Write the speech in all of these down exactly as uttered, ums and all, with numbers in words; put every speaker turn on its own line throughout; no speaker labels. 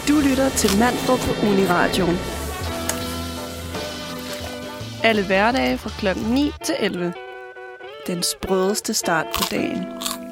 Du lytter til Manfred på Uniradioen. Alle hverdage fra klokken ni til elleve. Den sprødeste start på dagen.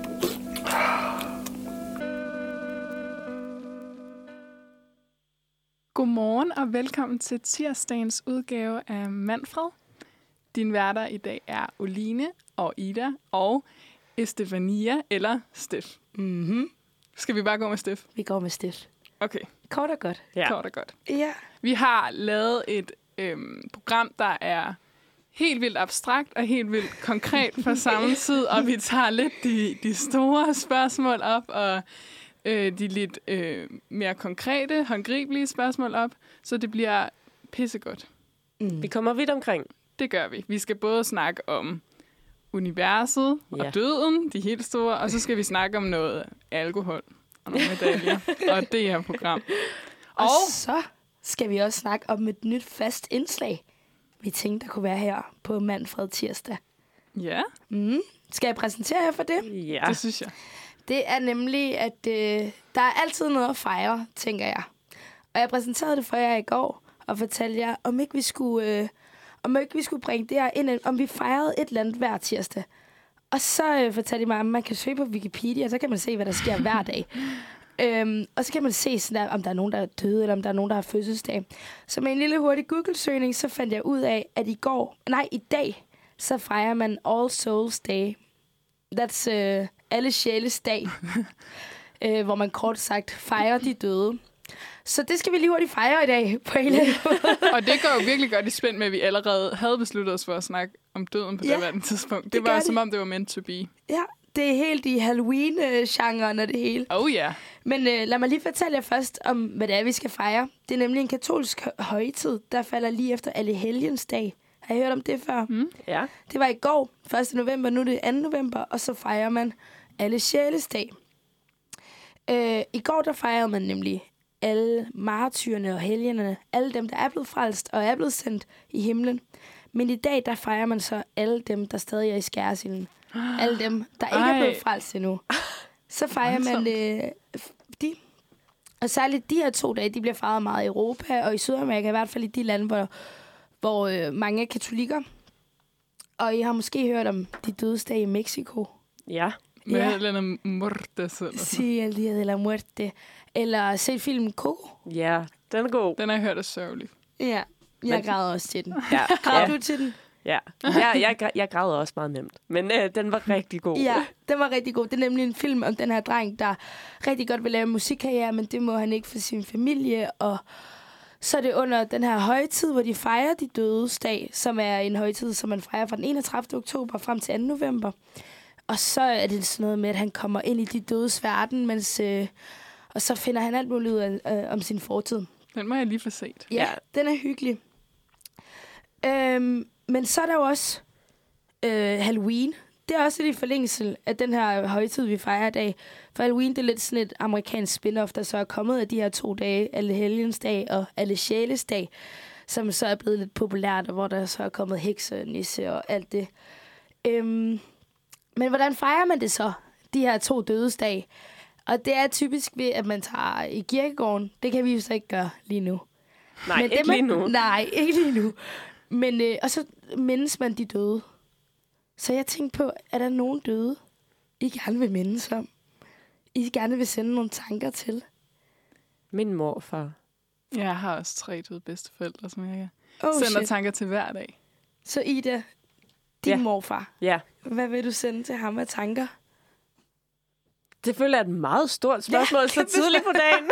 Godmorgen og velkommen til tirsdagens udgave af Manfred. Din værter i dag er Oline og Ida og Estefania eller Steff.
Mhm.
Skal vi bare gå med Steff?
Vi går med Steff.
Okay,
Kort og godt.
ja. Kort og godt.
Ja.
Vi har lavet et øhm, program, der er helt vildt abstrakt og helt vildt konkret på samme tid, og vi tager lidt de, de store spørgsmål op, og øh, de lidt øh, mere konkrete, håndgribelige spørgsmål op, så det bliver pissegodt.
Mm. Vi kommer vidt omkring.
Det gør vi. Vi skal både snakke om universet
Ja.
og døden, de helt store, og så skal vi snakke om noget alkohol og nogle medaljer, og det her program.
Og, og så skal vi også snakke om et nyt fast indslag, vi tænkte, der kunne være her på Manfred tirsdag.
Ja,
Mm. Skal jeg præsentere jer for det?
Ja.
det synes jeg.
Det er nemlig, at øh, der er altid noget at fejre, tænker jeg. Og jeg præsenterede det for jer i går, og fortalte jer, om ikke vi skulle, øh, om ikke vi skulle bringe det her ind, om vi fejrede et eller andet hver tirsdag. Og så øh, fortalte jeg mig, at man kan søge på Wikipedia, og så kan man se, hvad der sker hver dag. Øhm, og så kan man se, sådan der, om der er nogen, der er døde, eller om der er nogen, der har fødselsdag. Så med en lille hurtig Google-søgning, så fandt jeg ud af, at i går, nej, i dag, så fejrer man All Souls Day. That's uh, alle sjæles dag. øh, hvor man kort sagt fejrer de døde. Så det skal vi lige hurtigt fejre i dag, på en eller anden måde.
Og det går jo virkelig godt i spænd med, at vi allerede havde besluttet os for at snakke om døden på
Ja,
det her tidspunkt. Det,
det
var
gør
som
det.
om, det var meant to be.
Ja, det er helt i Halloween-genren og det hele.
Oh ja. Yeah.
Men øh, lad mig lige fortælle jer først om, hvad det er, vi skal fejre. Det er nemlig en katolsk hø- højtid, der falder lige efter Allehelgensdag. Har I hørt om det før?
Mm.
Ja.
Det var i går, første november, nu er det anden november, og så fejrer man alle sjælesdag. Øh, I går, der fejrede man nemlig alle martyrerne og helgenerne, alle dem, der er blevet frelst og er blevet sendt i himlen. Men i dag, der fejrer man så alle dem, der stadig er i skærsilden. Alle dem, der ikke
Ej.
er blevet frelst endnu. Så fejrer man øh, de. Og særligt de her to dage, de bliver fejret meget i Europa og i Sydamerika, i hvert fald i de lande, hvor, hvor øh, mange er katolikker. Og I har måske hørt om de dødsdage i Mexico.
Ja.
Med
Ja.
ja. Eller mortes eller sådan.
Sí, el día de la muerte. Eller set filmen Coco.
Ja, den er god.
Den har jeg hørt er sørgelig.
Ja, jeg
Men-
græder også til den.
Ja.
Græder
ja.
du til den?
Ja. ja jeg, græ- jeg græder også meget nemt. Men øh, den var rigtig god.
Ja, den var rigtig god. Det er nemlig en film om den her dreng, der rigtig godt vil lave musikkarriere, men det må han ikke for sin familie. Og så er det under den her højtid, hvor de fejrer de dødes dag, som er en højtid, som man fejrer fra den enogtredivte oktober frem til anden november. Og så er det sådan noget med, at han kommer ind i de dødes verden, mens, øh, og så finder han alt muligt ud af, øh, om sin fortid.
Den må jeg lige få set.
Ja,
Ja.
den er hyggelig. Øhm, men så er der jo også øh, Halloween. Det er også lidt i forlængelse af den her højtid, vi fejrer i dag. For Halloween, det er lidt sådan et amerikansk spin-off, der så er kommet af de her to dage, alle helgensdag og alle sjælesdag, som så er blevet lidt populært, og hvor der så er kommet hekse og nisse og alt det. Øhm, men hvordan fejrer man det så, de her to dødesdag? Og det er typisk ved, at man tager i kirkegården. Det kan vi jo så ikke gøre lige nu.
Nej,
Men
ikke
det, man,
lige nu.
Nej, ikke lige nu. Men, øh, og så mindes man de døde. Så jeg tænkte på, er der nogen døde, I gerne vil mindes om? I gerne vil sende nogle tanker til?
Min morfar.
Jeg har også tre døde bedsteforældre, som jeg
Oh,
sender
shit.
tanker til hver dag.
Så Ida, din
Ja.
morfar,
Ja.
hvad vil du sende til ham af tanker?
Det føler jeg er et meget stort spørgsmål,
Ja,
så
kan du
tidligt på dagen.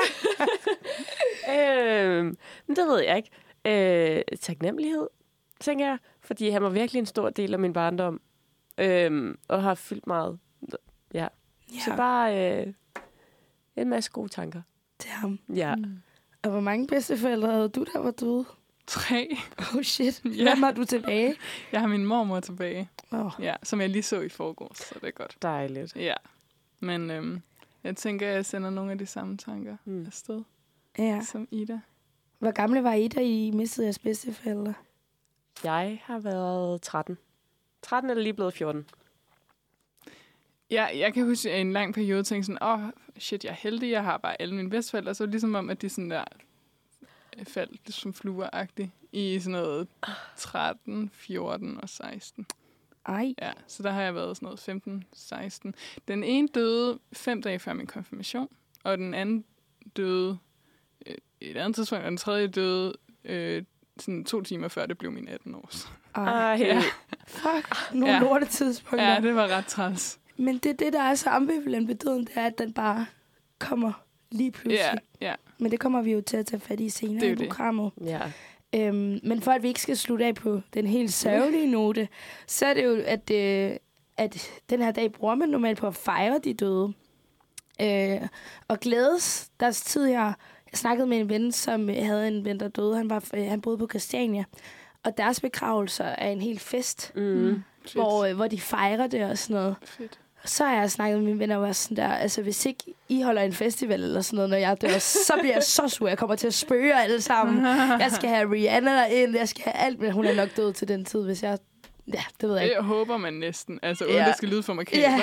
øhm, men det ved jeg ikke. Øh, taknemmelighed, tænker jeg. Fordi han var virkelig en stor del af min barndom. Øhm, og har fyldt meget. Ja.
Ja,
Så bare øh, en masse gode tanker.
til ham.
Ja.
Mm.
Og hvor mange bedsteforældre havde du, der var døde?
Tre.
Oh shit,
Ja.
hvem har du tilbage?
Jeg har min mormor tilbage,
Oh.
ja, som jeg lige så i forgårs, så det er godt.
Dejligt.
Ja, men øhm, jeg tænker, at jeg sender nogle af de samme tanker
Mm.
afsted
Ja.
som Ida.
Hvor gamle var I, da I mistede jeres bedsteforældre?
Jeg har været tretten. tretten eller lige blevet fjorten.
Ja, jeg kan huske, at i en lang periode tænkte sådan, åh, shit, jeg er heldig, jeg har bare alle mine bedsteforældre. Så ligesom om, at de sådan der faldt som fluer-agtigt i sådan noget tretten, fjorten og seksten.
Ej.
Ja, så der har jeg været sådan noget femten, seksten. Den ene døde fem dage før min konfirmation, og den anden døde øh, et andet tidspunkt, og den tredje døde øh, sådan to timer før det blev min atten års.
Ej.
Ja.
Fuck, nogle
Ja.
lorte tidspunkter.
Ja, det var ret træls.
Men det er det, der er så ambivalent ved døden, det er, at den bare kommer lige pludselig.
Ja, ja.
Men det kommer vi jo til at tage fat i senere
Det er
i
jo det.
programmet.
Ja.
Øhm, men for at vi ikke skal slutte af på den helt sørgelige note, så er det jo, at, øh, at den her dag bruger man normalt på at fejre de døde. Øh, og glædes deres tid her. Jeg snakkede med en ven, som havde en ven, der døde. Han, var, øh, han boede på Christiania. Og deres begravelser er en helt fest,
Mm.
hvor, øh, hvor de fejrer det og sådan noget.
Fedt.
Så har jeg snakket med mine venner og var sådan der, altså hvis ikke I holder en festival eller sådan noget, når jeg dør, så bliver jeg så sur. Jeg kommer til at spøge jer alle sammen. Jeg skal have Rihanna ind, jeg skal have alt, men hun er nok død til den tid, hvis jeg... Ja, det ved jeg ikke.
Det håber man næsten, altså uden
Ja.
det skal lyde for markant.
Ja.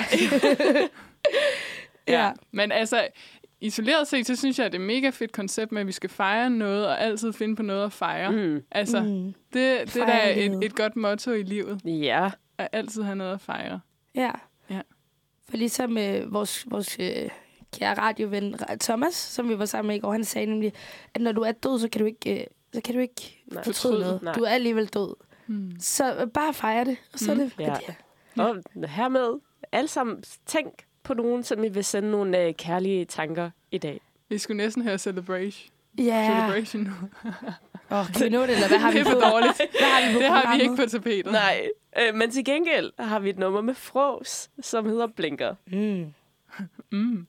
Ja.
Ja.
Men altså, isoleret set, så synes jeg, at det er et mega fedt koncept med, at vi skal fejre noget, og altid finde på noget at fejre.
Mm.
Altså,
Mm.
det, det er
Fejre
da
livet.
et, et godt motto i livet,
Ja.
at altid have noget at fejre.
Ja.
Ja.
For ligesom øh, vores, vores øh, kære radioven Thomas, som vi var sammen med i går, han sagde nemlig, at når du er død, så kan du ikke, øh, så kan du ikke
Nej.
fortryde noget.
Nej.
Du er alligevel død.
Hmm.
Så øh, bare fejre det, og så
Mm.
er det...
Ja. Og hermed, alle sammen, tænk på nogen, som I vil sende nogle øh, kærlige tanker i dag.
Vi skulle næsten høre Celebration.
Ja.
Celebration.
Åh, kan vi nå det, eller hvad har vi
Det er
på?
for dårligt.
Hvad har vi på
Det har vi
programmet?
ikke på tapetet.
Nej, øh, men til gengæld har vi et nummer med Frås, som hedder Blinker.
Mm.
Mm.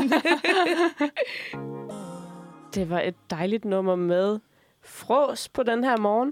Det var et dejligt nummer med Frås på den her morgen.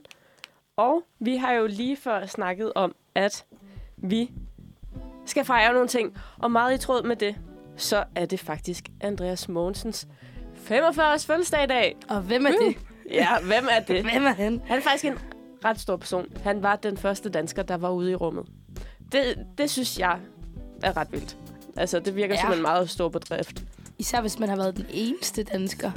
Og vi har jo lige før snakket om, at vi skal fejre nogle ting. Og meget i tråd med det, så er det faktisk Andreas Mogensens femogfyrre-års fødselsdag i dag.
Og hvem er det?
Ja, hvem er det?
Hvem er han?
Han er faktisk en ret stor person. Han var den første dansker, der var ude i rummet. Det, det synes jeg er ret vildt. Altså, det virker
Ja.
ja. som en meget stor bedrift.
Især hvis man har været den eneste dansker.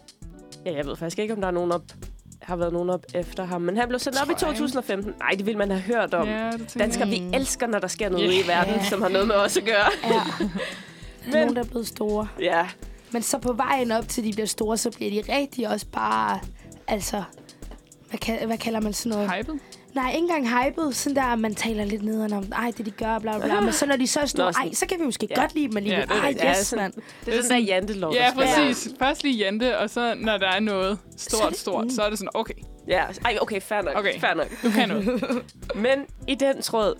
Ja, jeg ved faktisk ikke, om der er nogen op, har været nogen op efter ham. Men han blev sendt op i
Tror jeg
to tusind og femten. Nej, det vil man have hørt om.
Ja, det tænker
Danskere,
jeg.
vi elsker, når der sker noget
Ja.
yeah. i verden, som har noget med os at gøre.
Ja. Der er
Men-
nogen, der er blevet store.
Ja,
Men så på vejen op til de bliver store, så bliver de rigtig også bare... Altså... Hvad, kal- hvad kalder man sådan noget?
Hypet?
Nej, ikke engang hypet. Sådan der, man taler lidt nederen om, ej, det de gør, bla bla bla. Men så når de så er store,
Nå, sådan-
ej, så kan vi måske
Ja.
godt lide dem alligevel.
Ja, det er
Ej,
rigtigt.
yes,
Ja, sådan-
mand.
det er sådan der jantelov.
Ja,
der skal-
præcis. Først lige jante, og så når der er noget
Så er
stort,
det-
stort, så er det sådan, okay,
Ja, ej, okay, fair nok.
Okay.
Fair nok.
du kan noget.
Men i den tråd,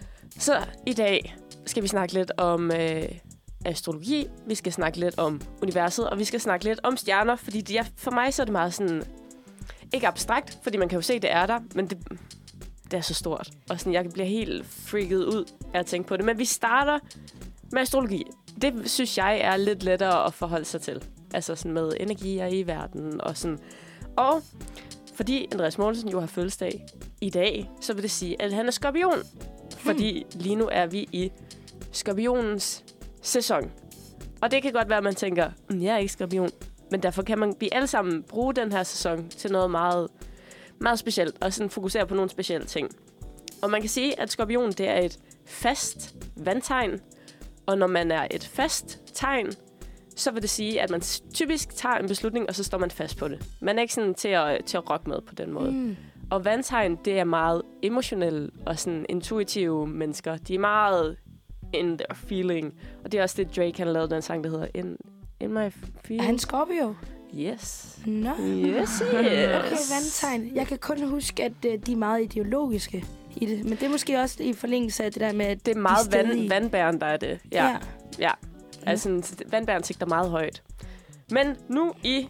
så i dag skal vi snakke lidt om øh, astrologi, vi skal snakke lidt om universet, og vi skal snakke lidt om stjerner, fordi de er, for mig så er det meget sådan, ikke abstrakt, fordi man kan jo se, det er der, men det, det er så stort. Og sådan, jeg bliver helt freaket ud af at tænke på det. Men vi starter med astrologi. Det synes jeg er lidt lettere at forholde sig til. Altså sådan med energier i verden og sådan. Og fordi Andreas Mogensen jo har fødselsdag i dag, så vil det sige, at han er skorpion. Fordi lige nu er vi i skorpionens sæson. Og det kan godt være, at man tænker, mm, jeg er ikke skorpion. Men derfor kan man, vi alle sammen bruge den her sæson til noget meget, meget specielt, og sådan fokusere på nogle specielle ting. Og man kan sige, at skorpion, det er et fast vandtegn. Og når man er et fast tegn, så vil det sige, at man typisk tager en beslutning, og så står man fast på det. Man er ikke sådan til at, til at rocke med på den måde.
Mm.
Og vandtegn, det er meget emotionelle og sådan intuitive mennesker. De er meget in their feeling. Og det er også det, Drake han lavede den sang, der hedder In, in My Feeling.
Er han Scorpio?
Yes.
Nå.
Yes, yes.
Okay, vandtegn. Jeg kan kun huske, at uh, de er meget ideologiske i det. Men det er måske også i forlængelse af det der med, at
Det er meget
de er
vand,
stedige.
vandbæren, der er det. Ja,
ja.
ja. Altså, vandbæren sigter meget højt. Men nu i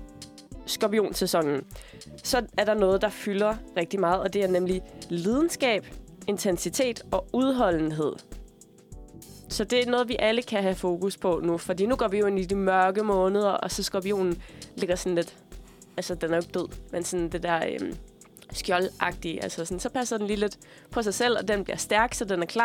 skorpionsæsonen, så er der noget, der fylder rigtig meget, og det er nemlig lidenskab, intensitet og udholdenhed. Så det er noget, vi alle kan have fokus på nu, fordi nu går vi jo ind i de mørke måneder, og så skorpionen ligger sådan lidt, altså den er jo ikke død, men sådan det der øhm, skjoldagtige, altså sådan, så passer den lige lidt på sig selv, og den bliver stærk, så den er klar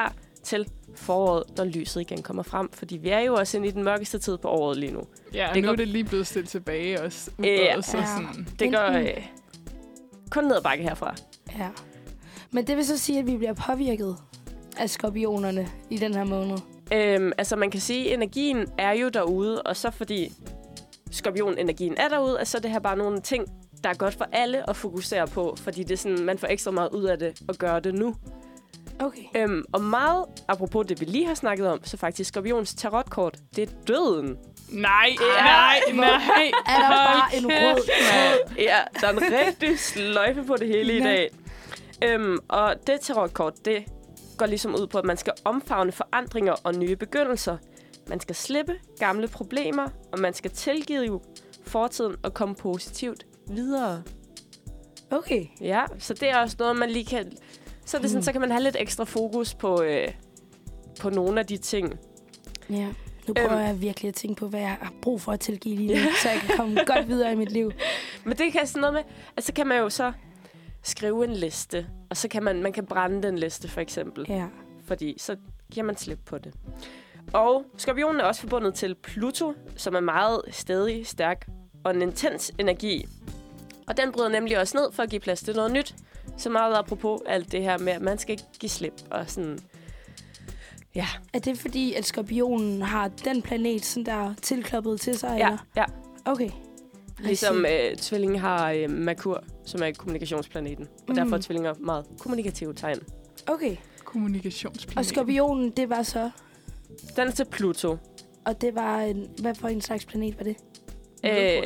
til foråret, når lyset igen kommer frem. Fordi vi er jo også inde i den mørkeste tid på året lige nu.
Ja, og
det
nu
går...
er det lige blevet stillet tilbage også.
Ja,
så sådan.
det går øh, kun ned ad bakke herfra.
Ja. Men det vil så sige, at vi bliver påvirket af skorpionerne i den her måned.
Øhm, altså man kan sige, at energien er jo derude, og så fordi skorpionenergien er derude, så er det her bare nogle ting, der er godt for alle at fokusere på, fordi det er sådan, man får ekstra meget ud af det at gøre det nu.
Okay.
Øhm, og meget, apropos det, vi lige har snakket om, så faktisk skorpions tarotkort, det er døden.
Nej, nej, nej.
Er der bare en rød tråd?
Ja, der er en rigtig sløjfe på det hele i dag. Øhm, og det tarotkort, det går ligesom ud på, at man skal omfavne forandringer og nye begyndelser. Man skal slippe gamle problemer, og man skal tilgive fortiden og komme positivt videre.
Okay.
Ja, så det er også noget, man lige kan... Så, er det sådan, mm. så kan man have lidt ekstra fokus på, øh, på nogle af de ting.
Ja, nu prøver øhm. jeg virkelig at tænke på, hvad jeg har brug for at tilgive lige nu, så jeg kan komme godt videre i mit liv.
Men det kan sådan noget med... Altså kan man jo så skrive en liste, og så kan man, man kan brænde den liste, for eksempel.
Ja.
Fordi så giver man slip på det. Og skorpionen er også forbundet til Pluto, som er meget stædig, stærk og en intens energi. Og den bryder nemlig også ned for at give plads til noget nyt. Så meget apropos alt det her med, at man skal give slip og sådan... Ja.
Er det fordi, at skorpionen har den planet sådan der tilkloppet til sig?
Ja,
eller?
ja.
Okay.
Ligesom øh, tvillingen har øh, Merkur, som er kommunikationsplaneten. Og
Mm.
derfor er tvillinger meget kommunikative tegn.
Okay.
Kommunikationsplaneten.
Og skorpionen, det var så...
Den er til Pluto.
Og det var en... Hvad for en slags planet var det?
Øh,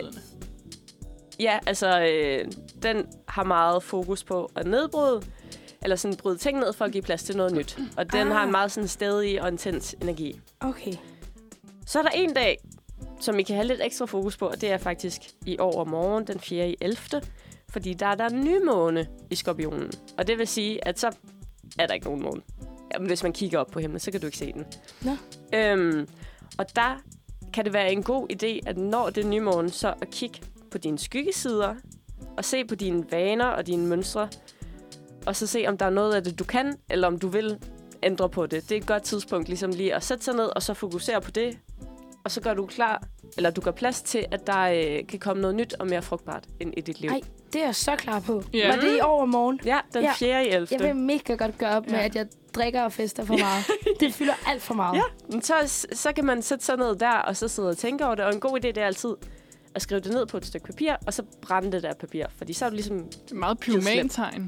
ja, altså, øh, den har meget fokus på at nedbryde, eller sådan bryde ting ned for at give plads til noget nyt. Og den
Ah.
har en meget sådan stædig og intens energi.
Okay.
Så er der en dag, som I kan have lidt ekstra fokus på, og det er faktisk i overmorgen, den fjerde i ellevte Fordi der er der en ny måne i skorpionen. Og det vil sige, at så er der ikke nogen måne. Jamen, hvis man kigger op på himlen, så kan du ikke se den.
Nå.
Øhm, og der kan det være en god idé, at når det er nymåne, så at kigge på dine skyggesider, og se på dine vaner og dine mønstre, og så se, om der er noget af det, du kan, eller om du vil ændre på det. Det er et godt tidspunkt ligesom lige at sætte sig ned, og så fokusere på det, og så gør du klar, eller du gør plads til, at der øh, kan komme noget nyt og mere frugtbart ind i dit liv.
Ej, det er jeg så klar på.
Ja.
Var det i overmorgen?
Ja, den
Ja.
fjerde i ellevte
Jeg vil mega godt gøre op med,
Ja.
at jeg drikker og fester for meget. Det fylder alt for meget.
Ja, men så, så kan man sætte sig ned der, og så sidde og tænke over det. Og en god idé, det er altid at skrive det ned på et stykke papir, og så brænde det der papir. Fordi så er det ligesom...
Det er meget pyromantegn.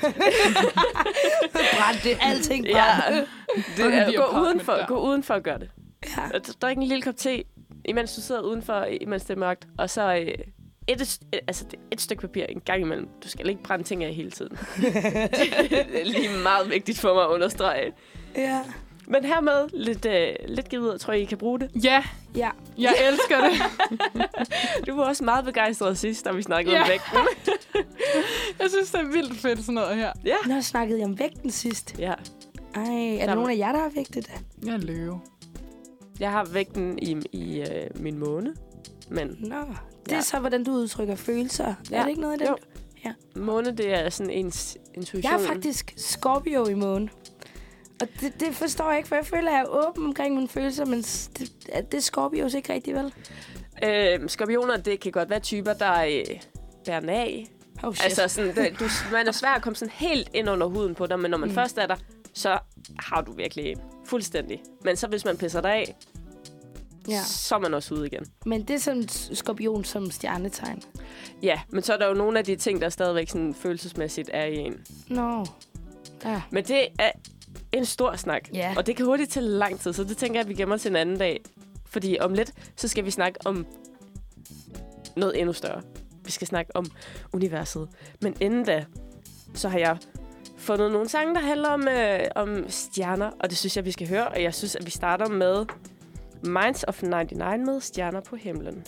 Brænd det alting
Ja,
brændt.
det
Og
er,
lige
gå,
apartment
udenfor,
der.
gå udenfor og gør det.
Ja.
Og Drik en lille kop te, imens du sidder udenfor, imens det er mørkt. Og så øh, et, et, altså et stykke papir en gang imellem. Du skal ikke brænde ting af hele tiden. Det er lige meget vigtigt for mig at understrege.
Ja.
Men hermed lidt, øh, lidt givet ud, og tror I, I kan bruge det.
Ja,
Ja.
jeg elsker det.
Du var også meget begejstret sidst, da vi snakkede
Ja.
om vægten.
Jeg synes, det er vildt fedt sådan noget her.
Ja.
Nå, snakkede I om vægten sidst?
Ja.
Ej, er der
Der-
nogen af jer, der har vægtet det?
Jeg er løve.
Jeg har vægten i, i øh, min måne. Men
Nå, det er
Ja.
så, hvordan du udtrykker følelser.
Ja.
Er det ikke noget af det?
Jo. måne, det er sådan ens intuition.
Jeg er faktisk Scorpio i månen. Og det, det forstår jeg ikke, for jeg føler, at jeg er åben omkring mine følelser, men s- det, at det er Scorpios ikke rigtig, vel?
Øh, skorpioner, det kan godt være typer, der øh, bærer den af.
Oh shit.
Altså, sådan, det, du, man er svær at komme sådan helt ind under huden på dig, men når man
Mm.
mm. først er der, så har du virkelig en. Fuldstændig. Men så hvis man pisser dig af,
ja.
så er man også ude igen.
Men det er som Skorpion som stjernetegn.
Ja, men så er der jo nogle af de ting, der stadigvæk sådan følelsesmæssigt er i en.
Nå. Ja.
Men det er en stor snak,
Ja.
og det kan hurtigt tage lang tid, så det tænker jeg, at vi gemmer til en anden dag. Fordi om lidt, så skal vi snakke om noget endnu større. Vi skal snakke om universet. Men inden da, så har jeg fundet nogle sange, der handler om, øh, om stjerner, og det synes jeg, vi skal høre. Og jeg synes, at vi starter med Minds of nioghalvfems med Stjerner på himlen.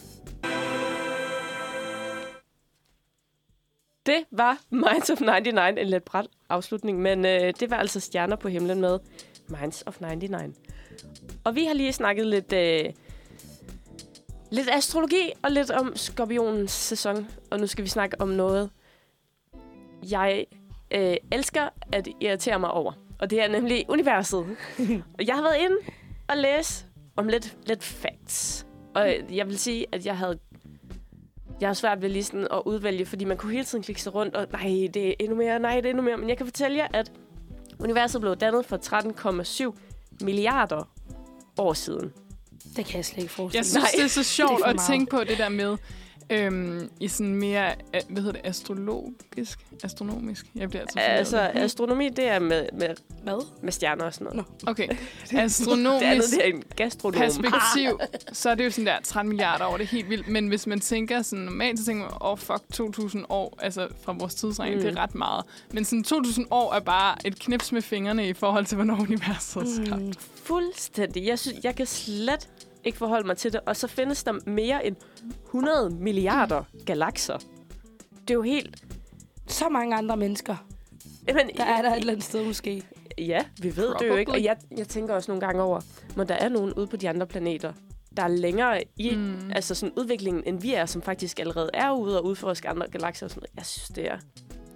Det var Minds of nioghalvfems, en lidt brat afslutning, men øh, det var altså Stjerner på himlen med Minds of nioghalvfems. Og vi har lige snakket lidt, øh, lidt astrologi og lidt om skorpionens sæson, og nu skal vi snakke om noget, jeg øh, elsker at irritere mig over. Og det er nemlig universet. Og jeg har været inde og læse om lidt, lidt facts. Og jeg vil sige, at jeg havde... Jeg har svært ved lige sådan at udvælge, fordi man kunne hele tiden klikke sig rundt, og nej, det er endnu mere, nej, det er endnu mere. Men jeg kan fortælle jer, at universet blev dannet for tretten komma syv milliarder år siden.
Det kan jeg slet ikke forestille
Jeg synes,
mig.
det er så sjovt
Det er
at
for
tænke på det der med, øhm, i sådan mere, hvad hedder det, astrologisk? Astronomisk? Jeg bliver altid forvirret.
Altså, astronomi, det er med, med,
Hvad?
med stjerner og sådan noget.
Okay,
Det
astronomisk
andet, det er en gastronom.
perspektiv, så er det jo sådan der tretten milliarder år, det er helt vildt. Men hvis man tænker sådan normalt, så tænker man, åh oh, fuck, to tusind år, altså fra vores tidsregning, mm. det er ret meget. Men sådan to tusind år er bare et knips med fingrene i forhold til, hvornår universet er skabt.
Mm.
Fuldstændig. Jeg synes, jeg kan slet ikke forholde mig til det. Og så findes der mere end hundrede milliarder galakser. Det er jo helt...
Så mange andre mennesker.
Jamen,
Der er der et eller andet sted måske.
Ja, vi ved det jo ikke. Og jeg, jeg tænker også nogle gange over, men der er nogen ude på de andre planeter, der er længere i mm. altså sådan udviklingen, end vi er, som faktisk allerede er ude og udforske andre galakser og sådan noget. Jeg synes, det er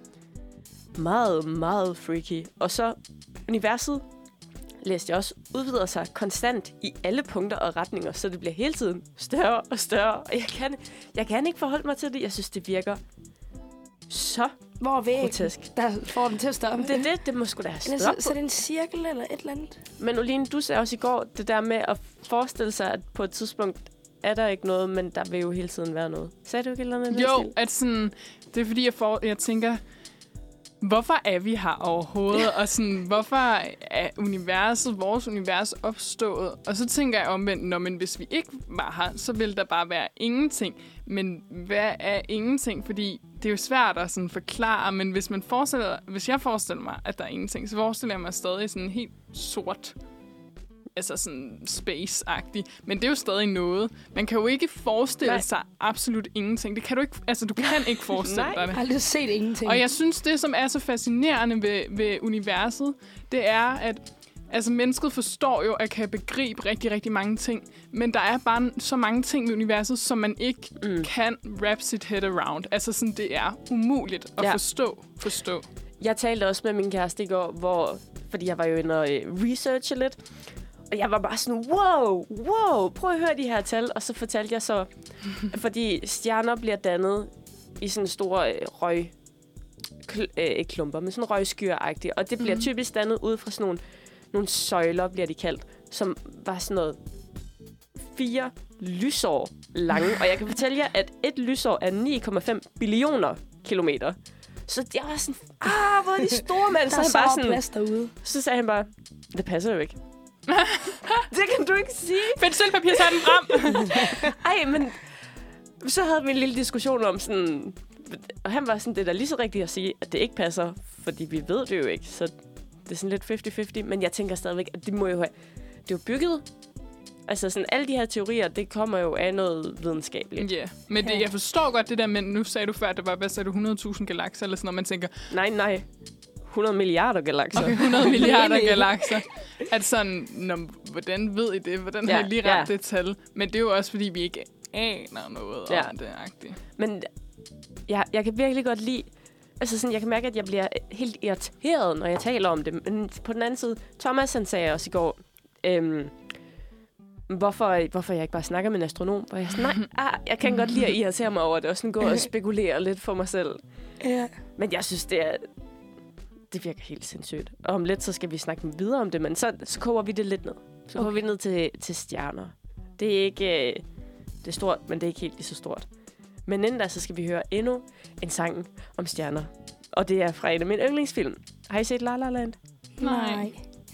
meget, meget freaky. Og så universet, læste jeg også, udvider sig konstant i alle punkter og retninger, så det bliver hele tiden større og større. Og jeg kan, jeg kan ikke forholde mig til det. Jeg synes, det virker så
Hvor er væggen,
grotesk.
der får den til at stoppe?
Det er det, det må sgu da have
Eller
stop
så, så er det en cirkel eller et eller andet?
Men Oline, du sagde også i går, det der med at forestille sig, at på et tidspunkt er der ikke noget, men der vil jo hele tiden være noget. Sagde du ikke et eller andet?
Jo, at sådan, det er fordi, jeg, får, jeg tænker, hvorfor er vi her overhovedet? Og sådan, hvorfor er universet, vores univers opstået? Og så tænker jeg omvendt, når, men hvis vi ikke var her, så ville der bare være ingenting. Men hvad er ingenting? Fordi det er jo svært at sådan forklare, men hvis man forestiller, hvis jeg forestiller mig, at der er ingenting, så forestiller jeg mig stadig sådan helt sort, altså sådan space-agtig. Men det er jo stadig noget. Man kan jo ikke forestille Nej. sig absolut ingenting. Det kan du ikke, altså du kan ikke forestille dig det.
Jeg har aldrig set ingenting.
Og jeg synes, det som er så fascinerende ved, ved universet, det er, at altså, mennesket forstår jo, at kan begribe rigtig, rigtig mange ting. Men der er bare så mange ting ved universet, som man ikke mm. kan wrap sit head around. Altså sådan, det er umuligt at ja. forstå. forstå.
Jeg talte også med min kæreste i går, hvor, fordi jeg var jo inde og uh, researche lidt. Og jeg var bare sådan, wow, wow, prøv at høre de her tal. Og så fortalte jeg så, fordi stjerner bliver dannet i sådan store øh, røg... Kl- øh, ikke klumper, men sådan røgskyer-agtige. Og det bliver mm. typisk dannet ud fra sådan nogle, nogle søjler, bliver de kaldt, som var sådan noget fire lysår lange. Og jeg kan fortælle jer, at et lysår er ni komma fem billioner kilometer. Så jeg var sådan, ah, hvor er de store, mand.
Der
så
er
han
så
bare
meget
sådan,
plads derude.
Så sagde han bare, det passer jo ikke. Det kan du ikke sige.
Find sølvpapir, så den frem.
Ej, men så havde vi en lille diskussion om sådan... Og han var sådan, det er da lige så rigtigt at sige, at det ikke passer, fordi vi ved det jo ikke. Så det er sådan lidt halvtreds halvtreds, men jeg tænker stadigvæk, at det må jo have... Det er jo bygget. Altså sådan, alle de her teorier, det kommer jo af noget videnskabeligt.
Ja, yeah. Men det, jeg forstår godt det der, men nu sagde du før, at det var, hvad sagde du, hundrede tusind galakser, eller sådan noget, man tænker...
Nej, nej. hundrede milliarder galakser.
Okay, hundrede milliarder galakser. At sådan, når, hvordan ved I det? Hvordan ja, har I lige ramt ja. det tal? Men det er jo også, fordi vi ikke aner noget ja. om det agtigt.
Men jeg, jeg kan virkelig godt lide... Altså sådan, jeg kan mærke, at jeg bliver helt irriteret, når jeg taler om det. Men på den anden side, Thomas han sagde også i går, øhm, hvorfor, hvorfor jeg ikke bare snakker med en astronom? Og jeg er sådan, nej, ah, jeg kan godt lide at irritere mig over det, og sådan gå og spekulere lidt for mig selv.
Ja.
Men jeg synes, det er... Det virker helt sindssygt. Og om lidt, så skal vi snakke videre om det, men så, så koger vi det lidt ned. Så koger okay. vi ned til, til stjerner. Det er ikke... Øh, det er stort, men det er ikke helt lige så stort. Men inden da, så skal vi høre endnu en sang om stjerner. Og det er fra en af mine yndlingsfilm. Har I set La La Land?
Nej.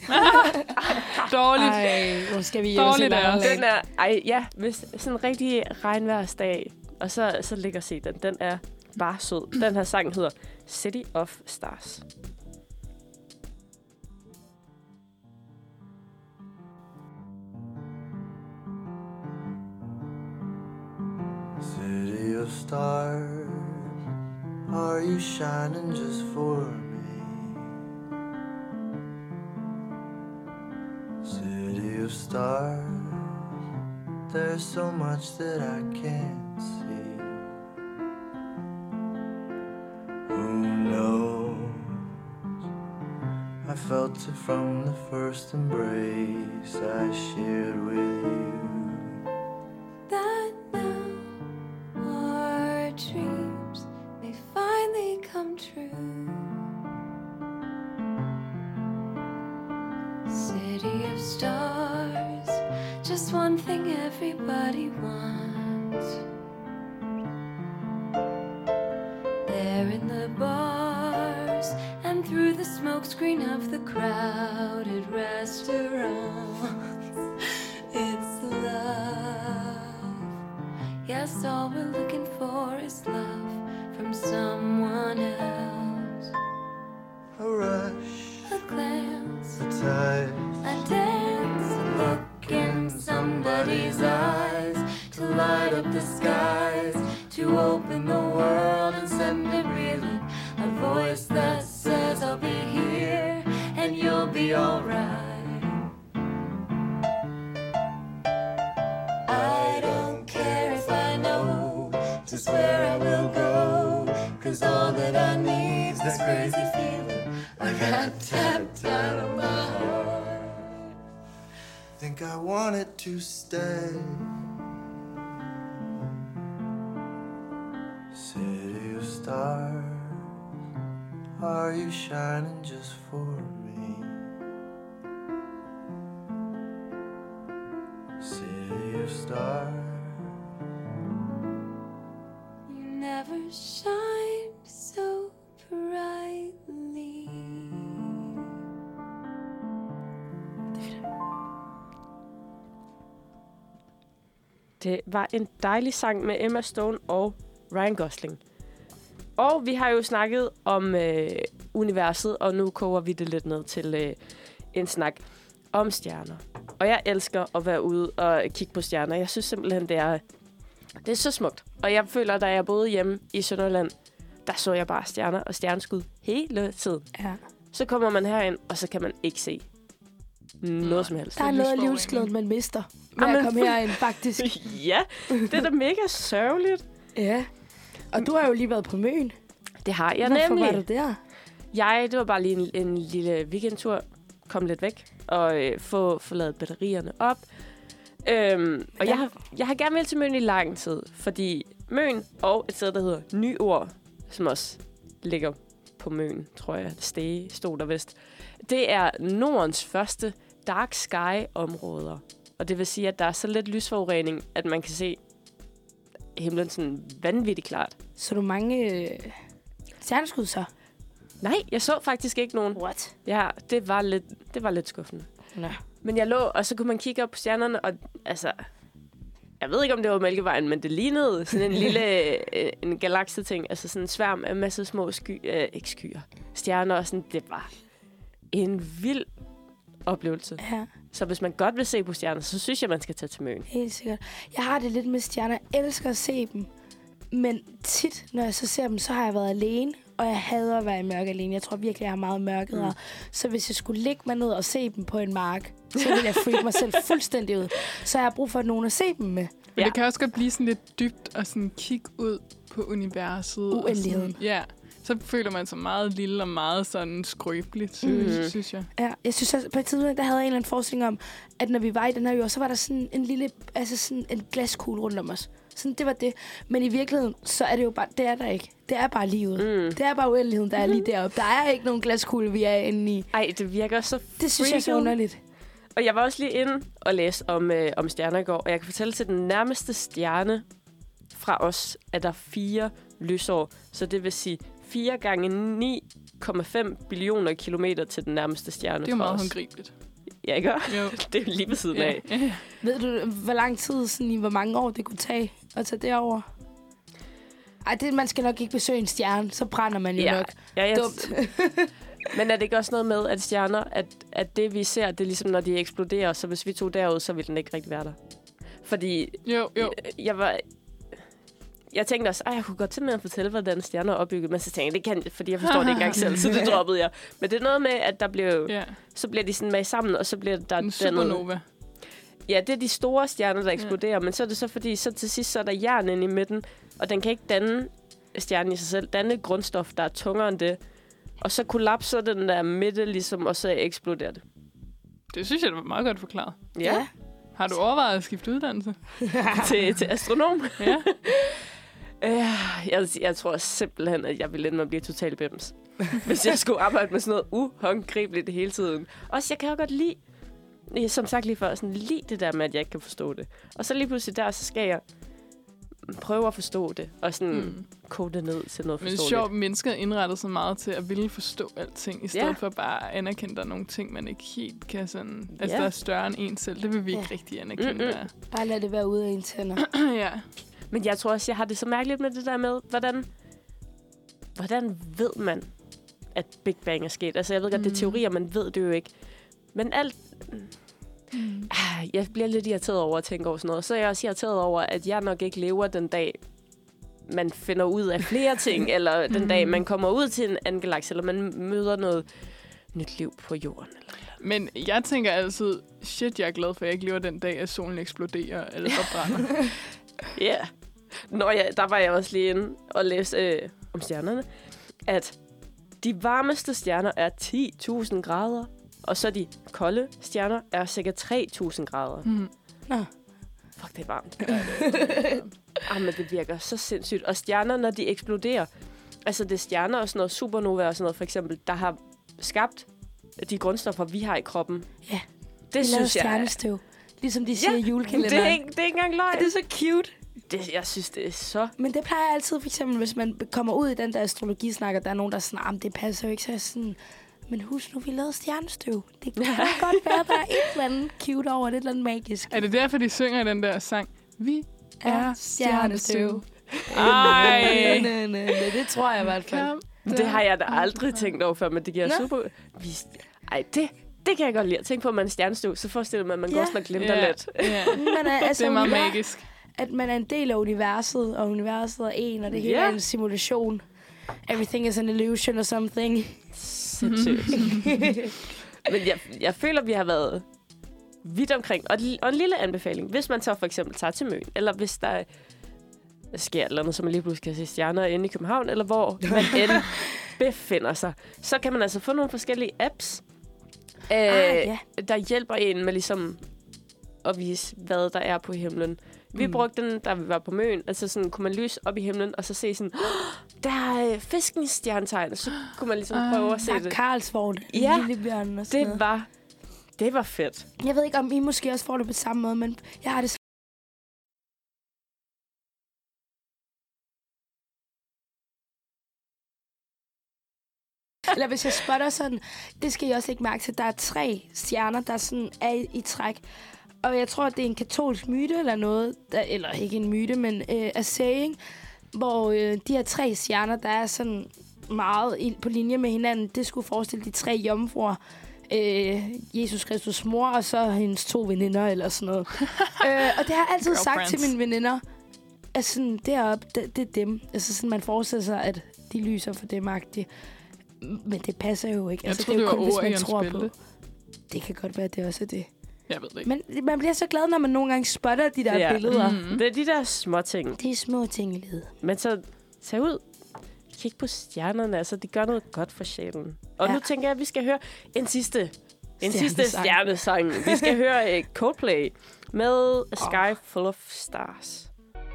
Dårligt.
Ej, hvor skal vi
Dårligt
hjem
er
til
Den er... Ej, ja. Hvis sådan en rigtig regnværsdag, og så, så ligger se den. Den er bare sød. Den her sang hedder City of Stars.
City of stars, are you shining just for me? City of stars, there's so much that I can't see. Who knows? I felt it from the first embrace I shared with you.
That now our dreams may finally come true. City of stars, just one thing everybody wants. There in the bars and through the smokescreen of the crowded restaurants, it's love. Yes, all we're looking for is love from someone else.
A rush,
A glance,
a touch,
a dance, a look in somebody's eyes, to light up the skies, to open the world and send it reeling. A voice that says I'll be here and you'll be alright. I don't care if I know just where I will go, 'cause all that I need's this crazy feeling I got tapped out of my heart.
think I wanted to stay. City of stars, are you shining just for me? City of stars,
You never shined so brightly.
Det var en dejlig sang med Emma Stone og Ryan Gosling. Og vi har jo snakket om øh, universet, og nu koger vi det lidt ned til øh, en snak om stjerner. Og jeg elsker at være ude og kigge på stjerner. Jeg synes simpelthen, det er, det er så smukt. Og jeg føler, da jeg boede hjemme i Sønderjylland, der så jeg bare stjerner og stjerneskud hele tiden.
Ja.
Så kommer man herind, og så kan man ikke se noget som helst.
Der er noget af
lysforurening.
livsglæden, man mister ved
Jamen,
at komme herind, faktisk.
Ja, det er da mega sørgeligt.
Ja. Og du har jo lige været på Møn.
Det har jeg
Hvorfor
nemlig.
var du der?
Jeg, det var bare lige en, en lille weekendtur. Kom lidt væk og øh, få, få lavet batterierne op. Øhm, og
Ja.
jeg har, jeg har gerne vil til Møn i lang tid, fordi Møn og et sted, der hedder Nyord, som også ligger på Møn, tror jeg, Stege, stod der vist. Det er Nordens første dark sky-områder. Og det vil sige, at der er så lidt lysforurening, at man kan se himlen sådan vanvittigt klart.
Så du mange øh, stjerneskud så?
Nej, jeg så faktisk ikke nogen.
What?
Ja, det var lidt, det var lidt skuffende.
Nå.
Men jeg lå, og så kunne man kigge op på stjernerne, og altså... Jeg ved ikke, om det var Mælkevejen, men det lignede sådan en lille øh, en galakse-ting. Altså sådan en sværm af masser små sky... Øh, ikke skyer. Stjerner og sådan. Det var en vild oplevelse.
Ja,
Så hvis man godt vil se på stjerner, så synes jeg, man skal tage til Møn.
helt sikkert. Jeg har det lidt med stjerner. Jeg elsker at se dem. Men tit, når jeg så ser dem, så har jeg været alene. Og jeg hader at være i mørke alene. Jeg tror virkelig, jeg har meget mørket. Mm. Så hvis jeg skulle ligge mig ned og se dem på en mark, så ville jeg freak mig selv fuldstændig ud. Så jeg har brug for nogen at se dem med.
Men
Ja.
det kan også godt blive sådan lidt dybt og sådan kigge ud på universet. og
Uendeligheden.
sådan- Ja, så føler man sig meget lille og meget sådan skrøbeligt, synes,
Mhm.
synes jeg.
Ja, jeg synes også, på et tidspunkt, der havde jeg en eller anden forestilling om, at når vi var i den her jord, så var der sådan en lille, altså sådan en glaskugle rundt om os. Sådan, det var det. Men i virkeligheden, så er det jo bare, det er der ikke. Det er bare livet.
Mm.
Det er bare uendeligheden, der er lige deroppe. Der er ikke nogen glaskugle, vi er inde i.
Ej, det virker så
Det synes jeg er så
freaket.
underligt.
Og jeg var også lige inde og læse om, øh, om stjerner i går, og jeg kan fortælle til den nærmeste stjerne fra os, at der er fire lysår. Så det vil sige fire gange ni komma fem billioner kilometer til den nærmeste stjerne
Det er jo
fra
meget
os.
håndgribeligt.
Ja, ikke?
Jo.
Det er jo lige ved siden
Ja.
af.
Ja.
Ved du, hvor lang tid, sådan, i hvor mange år det kunne tage at tage derover? Ej, det, man skal nok ikke besøge en stjerne, så brænder man jo
Ja.
nok.
Ja, jeg,
Dumt.
Men er det ikke også noget med, at stjerner, at, at det vi ser, det er ligesom, når de eksploderer, så hvis vi tog derud, så ville den ikke rigtig være der. Fordi
Jo, jo.
jeg var... Jeg tænkte også, at jeg kunne godt simpelthen fortælle, hvordan stjerner er opbygget, men så tænkte jeg, det kan jeg, fordi jeg forstår det ikke engang selv, så det droppede jeg. Men det er noget med, at der blev,
Ja,
så bliver de sådan med sammen, og så bliver der
en
dannet...
supernova.
Ja, det er de store stjerner, der eksploderer, ja. Men så er det så fordi, så til sidst så er der jern inde i midten, og den kan ikke danne stjernen i sig selv, danne grundstof, der er tungere end det. Og så kollapser den der midte ligesom, og så eksploderer det.
Det synes jeg, det var meget godt forklaret.
Ja.
Ja.
Har du overvejet at skifte uddannelse?
til, til astronom.
Ja.
Øh, jeg, jeg tror simpelthen, at jeg ville ende med at blive totalt bims. Hvis jeg skulle arbejde med sådan noget uhåndgribeligt hele tiden. Også, jeg kan jo godt lide, som sagt lige før, sådan lide det der med, at jeg ikke kan forstå det. Og så lige pludselig der, så skal jeg prøve at forstå det. Og sådan mm. kode det ned til noget
Men det er
forståeligt.
sjovt, at mennesker er indrettet så meget til at ville forstå alting, i stedet
Ja.
for bare at anerkende, at der er nogle ting, man ikke helt kan sådan... Altså,
Ja.
der er større end en selv. Det vil vi ikke
Ja.
rigtig anerkende.
Mm-mm.
Der.
Bare lad det være ude af ens hænder.
Ja.
Men jeg tror også, jeg har det så mærkeligt med det der med, hvordan, hvordan ved man, at Big Bang er sket? Altså, jeg ved godt, mm. det er teorier, man ved det jo ikke. Men alt... Mm. Jeg bliver lidt irriteret over at tænke over sådan noget. Så er jeg også irriteret over, at jeg nok ikke lever den dag, man finder ud af flere ting, eller den dag, man kommer ud til en anden galakse, eller man møder noget nyt liv på jorden. Eller
Men jeg tænker altid, shit, jeg er glad for, at jeg ikke lever den dag, at solen eksploderer eller forbrænder.
Ja. Yeah. Nå ja, der var jeg også lige inde og læste øh, om stjernerne, at de varmeste stjerner er ti tusind grader, og så de kolde stjerner er cirka tre tusind grader.
Mm.
Nå.
Fuck, det er varmt. Ah, men det virker så sindssygt. Og stjerner, når de eksploderer, altså det er stjerner og sådan noget, supernova og sådan noget for eksempel, der har skabt de grundstoffer, vi har i kroppen.
Ja.
Det
De lavede
synes jeg...
stjernestøv. Ligesom de siger
Ja,
i julekalenderen.
det er, ikke, det er ikke engang løgn.
Er det så cute?
Det, jeg synes, det er så...
Men det plejer altid, for eksempel, hvis man kommer ud i den der astrologisnak, og der er nogen, der snakker, det passer jo ikke, så er jeg sådan... Men husk nu, vi lavede stjernestøv. Det kan godt være, der er et eller andet cute over, det er et eller andet magisk.
Er det derfor, de synger i den der sang? Vi er stjernestøv.
Ej.
Ej.
Det tror jeg i hvert fald.
Kom.
Det har jeg da aldrig tænkt over før, men det giver
Nå.
super... Vi... Ej, det, det kan jeg godt lide. Tænk på, at man er stjernestøv, så forestiller man, at man
Ja.
går sådan og glimter
Ja.
lidt.
Ja.
Man er, altså,
Det er meget
univers-
magisk.
At man er en del af universet, og universet er en, og det hele
Ja.
er en simulation. Everything is an illusion or something.
Sindssygt. Men jeg, jeg føler, vi har været vidt omkring. Og, og en lille anbefaling, hvis man så for eksempel tager til Møn, eller hvis der sker et eller andet, som man lige pludselig kan se stjerner inde i København, eller hvor man end befinder sig, så kan man altså få nogle forskellige apps, øh,
ja.
der hjælper en med ligesom at vise, hvad der er på himlen. Vi
Mm.
brugte den, da vi var på Møn. Altså sådan, kunne man lyse op i himlen, og så se sådan, oh, der er øh, fiskens stjernetegn. Så kunne man ligesom prøve at se
Der er
det.
Karlsvogn,
Ja,
Lillebjørnen og sådan
Det
noget.
var, det var fedt.
Jeg ved ikke, om I måske også får det på samme måde, men jeg har det sådan. Eller hvis jeg spotter sådan, det skal I også ikke mærke til, der er tre stjerner, der sådan er i, i træk. Og jeg tror, det er en katolsk myte eller noget, der, eller ikke en myte, men øh, a saying, hvor øh, de her tre stjerner, der er sådan meget i, på linje med hinanden, det skulle forestille de tre jomfruer. Øh, Jesus Kristus mor, og så hendes to veninder, eller sådan noget. øh, og det har jeg altid sagt til mine veninder, at sådan, deroppe, det, det er dem. Altså sådan, man forestiller sig, at de lyser for dem -agtigt. Men det passer jo ikke.
Jeg
altså,
troede,
det er jo
det var
kun, hvis man
Orions
tror
bælte.
på. Det kan godt være, at det også er det.
Jeg ved det ikke.
Men man bliver så glad, når man nogle gange spotter de der
Ja.
billeder. Mm.
Mm.
Det er de der små ting.
Det er små ting i livet.
Men så tag ud. Kig på stjernerne. Altså, de gør noget godt for sjælen. Og
Ja.
nu tænker jeg, at vi skal høre en sidste, en sidste
Stjernesang.
stjernesang. Vi skal høre uh, Coldplay med A Sky Full of Stars.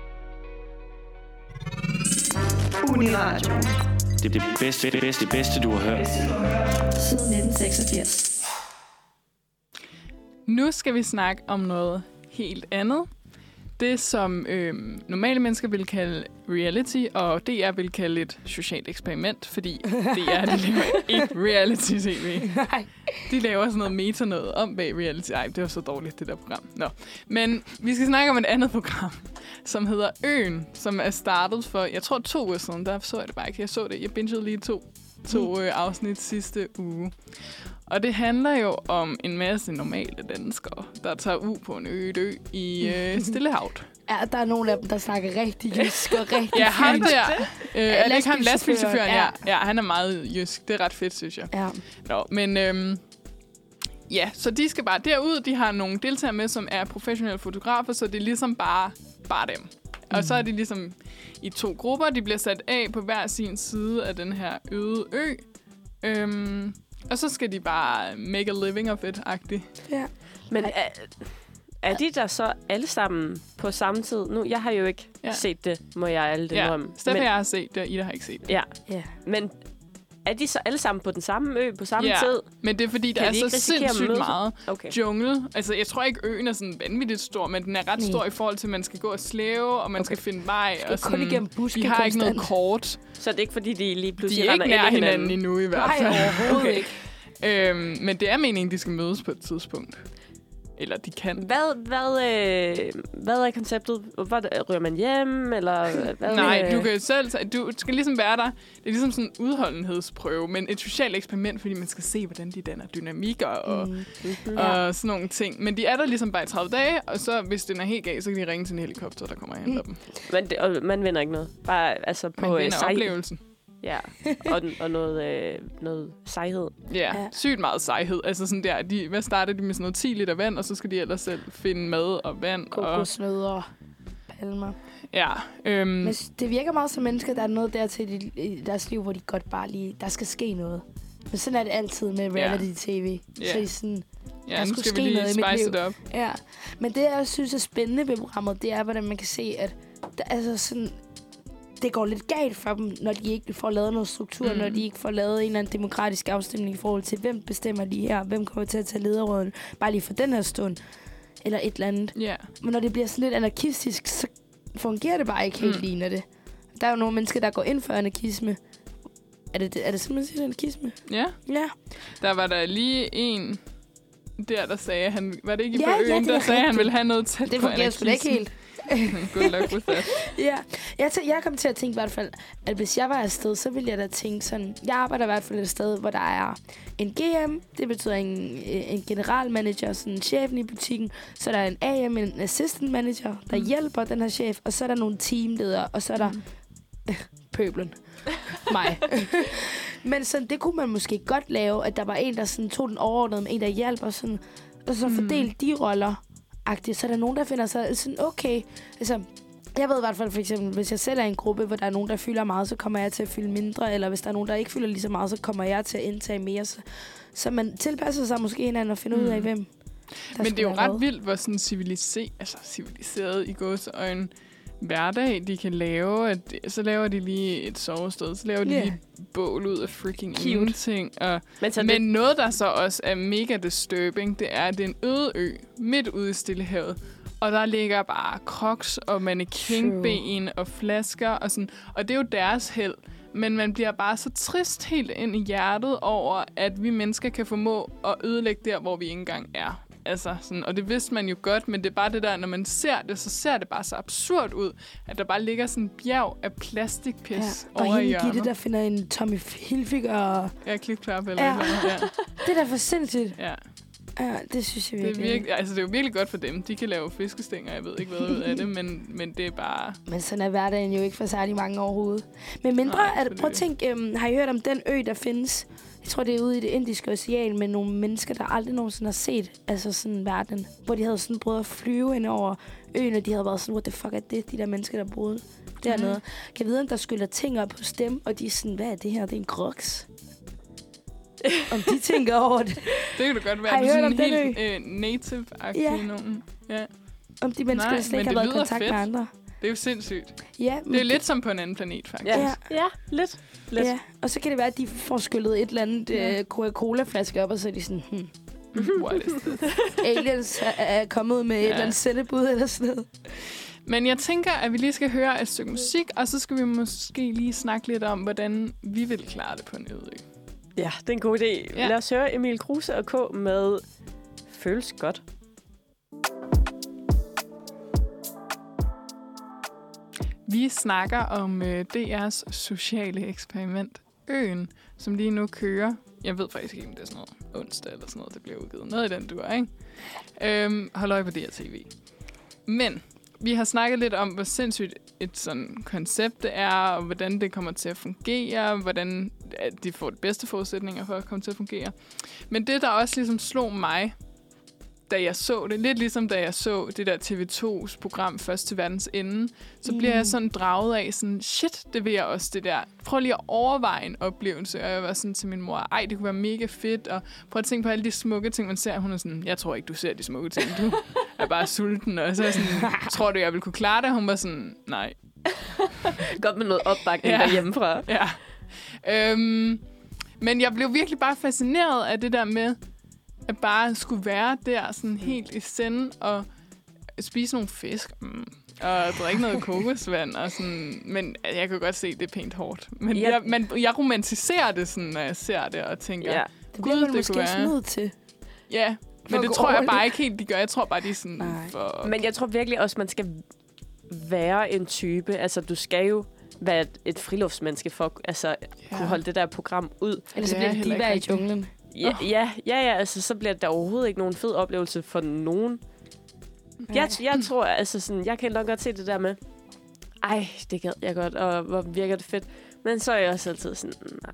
Uniradio.
Det er det bedste, det bedste, det bedste, du har hørt.
Siden nitten seksogfirs.
Nu skal vi snakke om noget helt andet. Det, som øh, normale mennesker vil kalde reality, og D R vil kalde et socialt eksperiment, fordi D R, de laver ikke reality-tv.
Nej.
De laver sådan noget meta noget om bag reality. Ej, det var så dårligt, det der program. Nå. Men vi skal snakke om et andet program, som hedder Øen, som er startet for, jeg tror, to uger siden. Der så jeg det bare ikke. Jeg så det. Jeg bingede lige to, to øh, afsnit sidste uge. Og det handler jo om en masse normale danskere, der tager ud på en øde ø i øh, Stillehavet.
Ja, der er nogle af dem, der snakker rigtig jysk og rigtig
Ja, ham
fynsk.
der. Øh, er det ikke ham,
lastbilchaufføren,
lastbilchaufføren? Ja.
ja.
ja, han er meget jysk. Det er ret fedt, synes jeg.
Ja.
Nå, men øhm, ja, så de skal bare derud. De har nogle deltagere med, som er professionelle fotografer, så det er ligesom bare, bare dem. Mm. Og så er de ligesom i to grupper. De bliver sat af på hver sin side af den her øde ø. Øhm, og så skal de bare make a living of it-agtigt.
Ja.
Men er, er de der så alle sammen på samme tid? Nu, jeg har jo ikke
Ja.
ja. set det, må jeg alle det
Ja,
om.
Stefan,
Men,
jeg har set det, og Ida har ikke set det.
ja,
Ja.
men er de så alle sammen på den samme ø på samme
Ja.
tid?
Men det er fordi, der
Kan
er
de
så
ikke risikere at
sindssygt
mødes?
meget
Okay.
jungle. Altså, jeg tror ikke, øen er sådan vanvittigt stor, men den er ret
Nej.
stor i forhold til, at man skal gå og slæve, og man okay. skal finde vej.
Skal
og sådan,
kun igennem buske
vi har ikke noget
konstant.
kort.
Så det er ikke, fordi de lige
De
pludselig
er ikke
render
nær
ind i
hinanden endnu i hvert
Nej,
fald.
overhovedet
Okay.
ikke.
Øhm, men det er meningen, de skal mødes på et tidspunkt. Eller de kan.
Hvad, hvad, øh, hvad er konceptet? Hvor ryger man hjem? Eller hvad,
Nej,
øh,
du kan selv tage, du skal ligesom være der. Det er ligesom sådan en udholdenhedsprøve, men et socialt eksperiment, fordi man skal se, hvordan de danner dynamikker og,
Mm.
mm-hmm. og sådan nogle ting. Men de er der ligesom bare i tredive dage, og så hvis den er helt galt, så kan de ringe til en helikopter, der kommer og henter
Mm.
dem.
Men det, og man vinder ikke noget. Bare altså på
Man
øh,
vinder
sej-
oplevelsen.
Ja, og, og noget, øh, noget sejhed.
Ja,
Ja.
sygt meget sejhed. Altså sådan der, de, hvad starter de med sådan noget ti liter vand, og så skal de ellers selv finde mad og vand. Og,
Kokosnødder, palmer.
ja, øhm,
Men det virker meget som mennesker, der er noget dertil i, i deres liv, hvor de godt bare lige... Der skal ske noget. Men sådan er det altid med reality-tv.
Ja.
Så er de sådan...
ja,
der
nu
skulle
skal vi
ske
lige
noget i mit
spice
liv.
det op.
Ja. Men det, jeg synes er spændende ved programmet, det er, hvordan man kan se, at der, altså sådan, det går lidt galt for dem, når de ikke får lavet noget struktur,
Mm.
mm. når de ikke får lavet en eller anden demokratisk afstemning i forhold til, hvem bestemmer de her, hvem kommer til at tage lederråden, bare lige for den her stund, eller et eller andet.
Ja,
Men når det bliver sådan lidt anarkistisk, så fungerer det bare ikke helt
Mm.
mm. lige det. Der er jo nogle mennesker, der går ind for anarkisme. Er det, er det sådan, man siger anarkisme?
ja.
Ja.
Der var der lige en der, der sagde, han, var det ikke
Ja,
på
ja,
øen,
det er
der sagde, han
rigtigt.
ville have noget tæt
Det
på
fungerer sgu da ikke
anarkisme.
helt.
Good luck with that.
Ja, jeg, tæ- jeg kom til at tænke i hvert fald, at hvis jeg var afsted, så ville jeg da tænke sådan, jeg arbejder i hvert fald et sted, hvor der er en G M, det betyder en, en generalmanager, sådan en chefen i butikken, så der er en A M, en assistant manager, der
Mm.
hjælper den her chef, og så er der nogle teamledere, og så er der
Mm.
pøblen. Mig. Men sådan, det kunne man måske godt lave, at der var en, der sådan tog den overordnede, med en, der hjælper, sådan, og så
Mm.
fordele de roller. -agtigt. Så er der nogen, der finder sig sådan, okay, altså, jeg ved i hvert fald for eksempel, hvis jeg selv er i en gruppe, hvor der er nogen, der fylder meget, så kommer jeg til at fylde mindre, eller hvis der er nogen, der ikke fylder lige så meget, så kommer jeg til at indtage mere. Så, så man tilpasser sig måske hinanden og finder mm. ud af, hvem der
Men det er
skal
jo
være
ret
hvad.
vildt, hvor sådan civilise- altså civiliseret i gåseøjne hverdag de kan lave. At, så laver de lige et sovested, så laver de
Ja.
lige et bål ud af freaking
Cute.
ingenting. Og,
Men, så
men
det,
noget, der så også er mega disturbing, det er, at det er en øde ø midt ude i Stillehavet. Og der ligger bare crocs og mannequinben og flasker og sådan. Og det er jo deres held. Men man bliver bare så trist helt ind i hjertet over, at vi mennesker kan formå at ødelægge der, hvor vi ikke engang er. Altså, sådan, og det vidste man jo godt, men det er bare det der, når man ser det, så ser det bare så absurd ud, at der bare ligger sådan en bjerg af plastikpis
Ja.
over
Og
i
hende
hjørnet.
Gitte, der finder en Tommy Hilfiger. Og
Ja, klipklap eller
Ja.
ja. Noget, ja.
det er da for sindssygt.
ja.
Ja, det synes jeg
Det er,
virkelig.
virkelig, altså, det er jo virkelig godt for dem. De kan lave fiskestænger, jeg ved ikke hvad ud af det, men, men det er bare...
Men sådan er hverdagen jo ikke for særlig mange overhovedet. Men mindre,
Nej,
at,
fordi-
prøv at tænke, øhm, har I hørt om den ø, der findes? Jeg tror, det er ude i det indiske ocean med nogle mennesker, der aldrig nogensinde har set altså sådan en verden. Hvor de havde sådan prøvet at flyve ind over øen, og de havde været sådan, what the fuck er det, de der mennesker, der boede dernede. Mm. Kan jeg vide, om der skyller ting op hos dem, og de er sådan, hvad er det her? Det er en crocs. Om de tænker over det.
Det kan da godt være,
Har I
at det er
hørt
sådan
om den
helt øh, native-agtige
Ja.
nogen. Ja.
Om de mennesker,
Nej,
der slet
men
ikke har
det
været i
lyder
kontakt
fedt.
med andre.
Det er jo sindssygt.
Ja,
Det er jo lidt som på en anden planet, faktisk.
ja.
Ja.
ja, lidt. lidt.
Ja, og så kan det være, at de får skyllet et eller andet
Ja.
øh, Coca-Cola-flaske op, og så er de sådan, hmm,
What is this?
aliens er, er kommet med ja. et eller andet sendebud eller sådan noget.
Men jeg tænker, at vi lige skal høre et stykke musik, og så skal vi måske lige snakke lidt om, hvordan vi vil klare det på en øde ø.
Ja, det er en god idé.
Ja.
Lad os høre Emil Kruse og K med Føles godt.
Vi snakker om øh, D R's sociale eksperiment, Øen, som lige nu kører. Jeg ved faktisk ikke, om det er sådan noget onsdag eller sådan noget, det bliver udgivet. Noget i den duer, ikke? Øhm, hold øje på D R T V. Men vi har snakket lidt om, hvor sindssygt et sådan koncept det er, og hvordan det kommer til at fungere, hvordan at de får de bedste forudsætninger for at komme til at fungere. Men det, der også ligesom slog mig, da jeg så det, lidt ligesom da jeg så det der T V to's program Først til verdens ende, så bliver
Mm.
jeg sådan draget af sådan, shit, det vil jeg også, det der. Prøv lige at overveje en oplevelse. Og jeg var sådan til min mor, ej, det kunne være mega fedt. Og prøv at tænke på alle de smukke ting, man ser. Hun er sådan, jeg tror ikke, du ser de smukke ting. Du er bare sulten. Og så er jeg sådan, tror du, jeg vil kunne klare det? Hun var sådan, nej.
Godt med noget opbakning
Ja.
derhjemmefra.
Ja. Øhm, men jeg blev virkelig bare fascineret af det der med, at bare skulle være der sådan helt i send og spise nogle fisk mm, og drikke noget kokosvand. Og sådan. Men jeg kan godt se, at det er pænt hårdt. Men
Ja.
jeg, man, jeg romantiserer det, sådan, når jeg ser det og tænker,
Ja.
ja.
Det bliver
Gud,
man
det
måske
kunne
også
være.
nødt til.
Ja,
For
men
at
det
gå
tror jeg
all
bare
in.
ikke helt, de gør. Jeg tror bare, de er sådan
Nej.
for...
Men jeg tror virkelig også, man skal være en type. Altså, du skal jo være et, et friluftsmenneske for at altså, ja. kunne holde det der program ud.
Ellers så
Det er
bliver det
heller
diva
ikke
i
rigtigt.
junglen.
Ja, ja, ja, ja, altså, så bliver det overhovedet ikke nogen fed oplevelse for nogen. Jeg, jeg tror, altså sådan, jeg kan nok godt se det der med, ej, det gad jeg godt, og hvor virker det fedt. Men så er jeg også altid sådan, nej,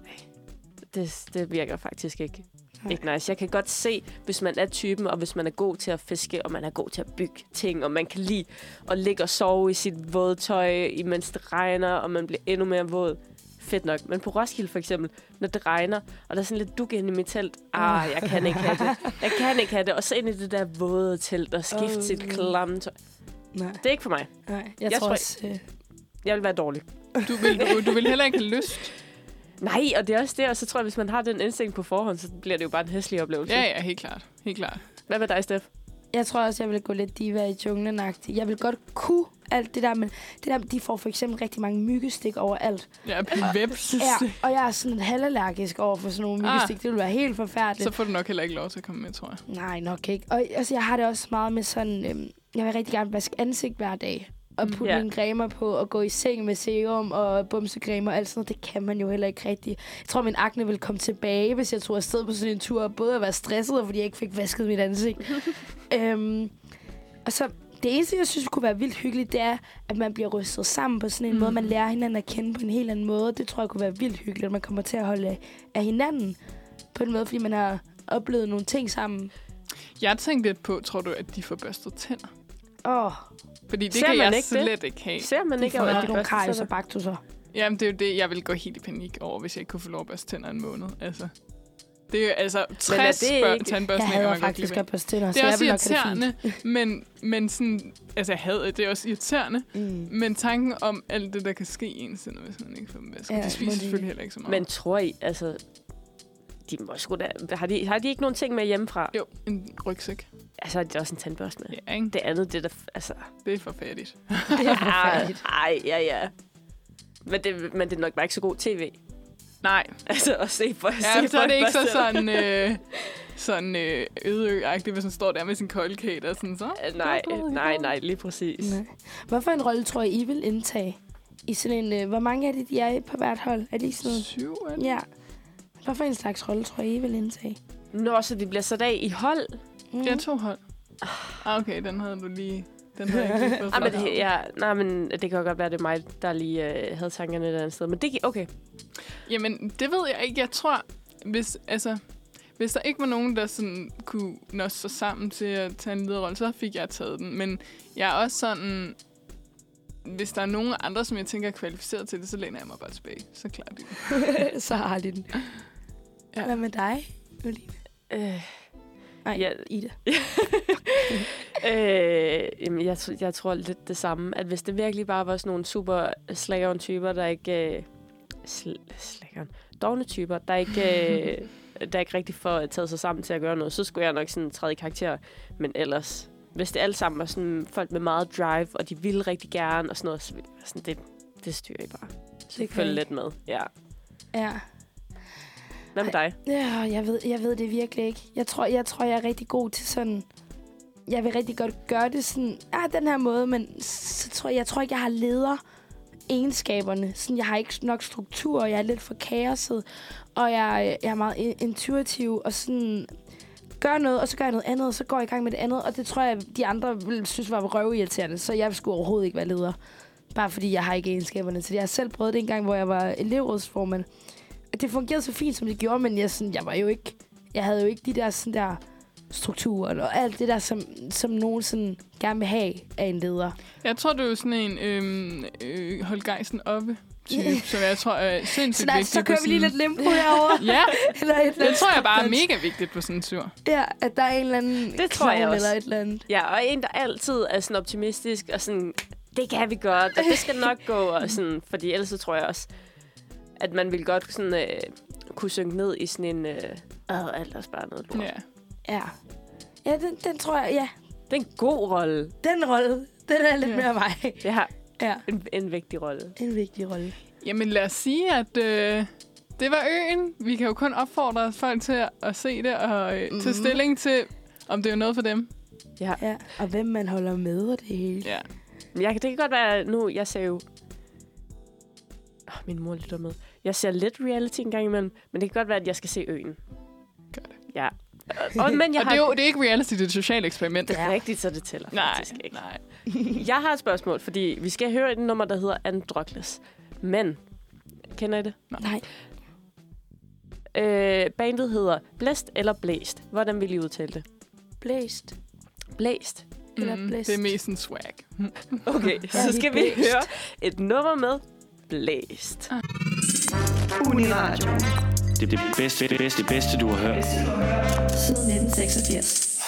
det, det virker faktisk ikke. Ikke nice. Jeg kan godt se, hvis man er typen, og hvis man er god til at fiske, og man er god til at bygge ting, og man kan lide at ligge og sove i sit vådtøj, imens det regner, og man bliver endnu mere våd. Fedt nok. Men på Roskilde for eksempel, når det regner, og der er sådan lidt duk inde i mit telt. Ah, jeg kan ikke have det. Jeg kan ikke have det. Og så ind i det der våde telt og skifte
Oh.
sit klamme tøj.
Nej,
Det er ikke for mig.
nej. Jeg,
Jeg
tror
tror-
også... Øh,
Jeg vil være dårlig.
Du vil, du, du vil heller ikke have lyst.
Nej, og det er også det. Og så tror jeg, hvis man har den instinkt på forhånd, så bliver det jo bare en hæslig oplevelse.
Ja, ja, helt klart. Helt klart.
Hvad med dig, Steff?
jeg tror også, jeg vil gå lidt diva i junglen-agtigt. Jeg vil godt kunne alt det der, men det der, de får for eksempel rigtig mange myggestik overalt.
Ja, webs.
Ja, og jeg er sådan halvallergisk over for sådan nogle myggestik. Ah. Det vil være helt forfærdeligt.
Så får du nok heller ikke lov til at komme med, tror jeg.
Nej, nok ikke. Og altså, jeg har det også meget med sådan... Øhm, jeg vil rigtig gerne vaske ansigt hver dag. Og putte
Ja.
mine cremer på, og gå i seng med serum og bumsecremer og alt sådan noget. Det kan man jo heller ikke rigtigt. Jeg tror, min akne vil komme tilbage, hvis jeg tog afsted på sådan en tur. Både at være stresset, og fordi jeg ikke fik vasket mit ansigt. øhm, og så... Det eneste, jeg synes kunne være vildt hyggeligt, det er, at man bliver rystet sammen på sådan en mm. måde. Man lærer hinanden at kende på en helt anden måde. Det tror jeg kunne være vildt hyggeligt, at man kommer til at holde af- af hinanden på en måde, fordi man har oplevet nogle ting sammen.
Jeg tænkte lidt på, tror du, at de får børstet tænder?
Åh, oh,
Fordi det
Ser
kan
man
jeg
ikke det?
slet ikke have.
Ser man
de
ikke,
får
at
nok
de
nogle
børster
karius og
tænder?
baktusser.
Jamen, det er jo det, jeg vil gå helt i panik over, hvis jeg ikke kunne få lov at børste tænder en måned. Altså, det er jo altså tres
det
bør-
ikke-
Jeg
tandbørstninger,
hader
man går
faktisk
glip af.
at børste tænder,
Det
så
er
jeg
også
vil nok have det
irriterende, men, men sådan... Altså, jeg hader det, det er også irriterende.
Mm.
Men tanken om alt det, der kan ske i ens tænder, hvis man ikke får dem vasket,
Ja,
ja, de spiser
må de-
selvfølgelig heller ikke så meget.
Men tror I, altså... De må sgu da... Har de, har de ikke nogen ting med hjemmefra?
Jo, en rygsæk.
Altså, det er også en tandbørste med.
Ja, ikke?
Det andet, det er da... Altså...
Det er for fattigt.
Det er forfærdeligt.
Ej, ja, ja. Men det, men det er nok bare ikke så god tv.
Nej.
Altså, at se for...
Ja,
se
så er det ikke så
børste-
sådan... Øh, sådan øh, ødeø-agtigt, hvis man står der med sin koldkate og sådan så.
Øh, Nej, nej, nej, lige præcis.
Nej. Hvorfor en rolle tror I, I vil indtage? I sådan en, øh, hvor mange er det, de er på hvert hold? Er de sådan noget?
Syv, er det?
Ja. Hvorfor en slags rolle tror I, I vil indtage?
Nå, så de bliver sat af i hold.
Mm.
Det er to hold. Ah, okay, den havde du lige... Den havde jeg ikke lige fået
Ah, men
frem.
det, ja, nej, men det kan godt være, det er mig, der lige øh, havde tankerne et andet sted. Men det gi- okay.
Jamen, det ved jeg ikke. Jeg tror, hvis, altså, hvis der ikke var nogen, der sådan kunne nå sig sammen til at tage en lederrolle, så fik jeg taget den. Men jeg er også sådan... Hvis der er nogen andre, som jeg tænker er kvalificeret til det, så læner jeg mig bare tilbage. Så klarer de det.
Så har de den.
Ja.
Hvad med dig, Oline?
Øh,
Nej,
Ja.
Ida.
øh, jamen, jeg, tr- jeg tror lidt det samme. At hvis det virkelig bare var sådan nogle super slaggeren typer, der ikke... Øh, sl- slaggeren? Dovne typer, der ikke... Øh, der ikke rigtig får taget sig sammen til at gøre noget, så skulle jeg nok sådan træde i karakter. Men ellers... Hvis det alle sammen var sådan folk med meget drive, og de ville rigtig gerne, og sådan noget, så ville jeg være sådan, det, det styrer I bare. Så
kan
følg
I.
lidt med. Ja.
Ja.
Hvad med dig?
Ja, jeg ved, jeg ved det virkelig ikke. Jeg tror, jeg tror, jeg er rigtig god til sådan... Jeg vil rigtig godt gøre det sådan... Ah, den her måde, men så tror jeg, jeg tror ikke, jeg har leder egenskaberne. Sådan, jeg har ikke nok struktur, og jeg er lidt for kaoset, og jeg, jeg er meget in- intuitiv, og sådan... Gør noget, og så gør jeg noget andet, og så går jeg i gang med det andet, og det tror jeg, de andre ville synes var røvirriterende, så jeg skulle overhovedet ikke være leder. Bare fordi jeg har ikke egenskaberne til det. Jeg har selv prøvet det en gang, hvor jeg var elevrådsformand. Det fungerede så fint, som det gjorde, men jeg, sådan, jeg var jo ikke... Jeg havde jo ikke de der, sådan der strukturen og alt det der, som, som nogen sådan gerne vil have af en leder.
Jeg tror, du er sådan en øhm, øh, hold gejsten oppe type, som jeg tror er sindssygt vigtigt.
Så kører vi lige lidt limbo herovre.
Ja,
eller et
det tror jeg bare er mega vigtigt på sådan en tur.
Ja, at der er en eller anden
det tror jeg også.
Eller et eller andet.
Ja, og en, der altid er sådan optimistisk og sådan, det kan vi godt, og det skal nok gå. Og sådan, fordi ellers så tror jeg også, at man vil godt sådan, øh, kunne synke ned i sådan en, øh, åh, alt er bare noget lort.
Ja.
Ja, ja den, den tror jeg, ja.
Det er en god rolle.
Den rolle, den er lidt
Ja.
mere mig.
Ja,
Ja,
en, en vigtig rolle.
en vigtig rolle.
Jamen lad os sige, at øh, det var øen. Vi kan jo kun opfordre folk til at, at se det og øh, mm. tage stilling til, om det er noget for dem.
Ja.
Ja, og hvem man holder med og det hele.
Ja.
Jeg, det kan godt være, nu, jeg ser jo... Oh, min mor lytter med. Jeg ser lidt reality en gang imellem, men det kan godt være, at jeg skal se øen.
Gør det.
Ja. Og, men jeg
og
har...
det er jo det er ikke reality, det er et socialt eksperiment.
Det er rigtigt, så det tæller
Nej,
faktisk ikke.
nej.
Jeg har et spørgsmål, fordi vi skal høre et nummer, der hedder Androcles. Men, kender I det?
Nej.
Øh, bandet hedder Blæst eller Blæst. Hvordan vil I udtale det?
Blæst.
Blæst.
Eller
Mm,
blæst.
det er mest en swag.
Okay,
Ja,
så
vi
skal vi
blæst.
høre et nummer med Blæst.
Uniradio.
Det er det bedste, det bedste, det bedste, du har hørt.
Siden nitten seksogfirs.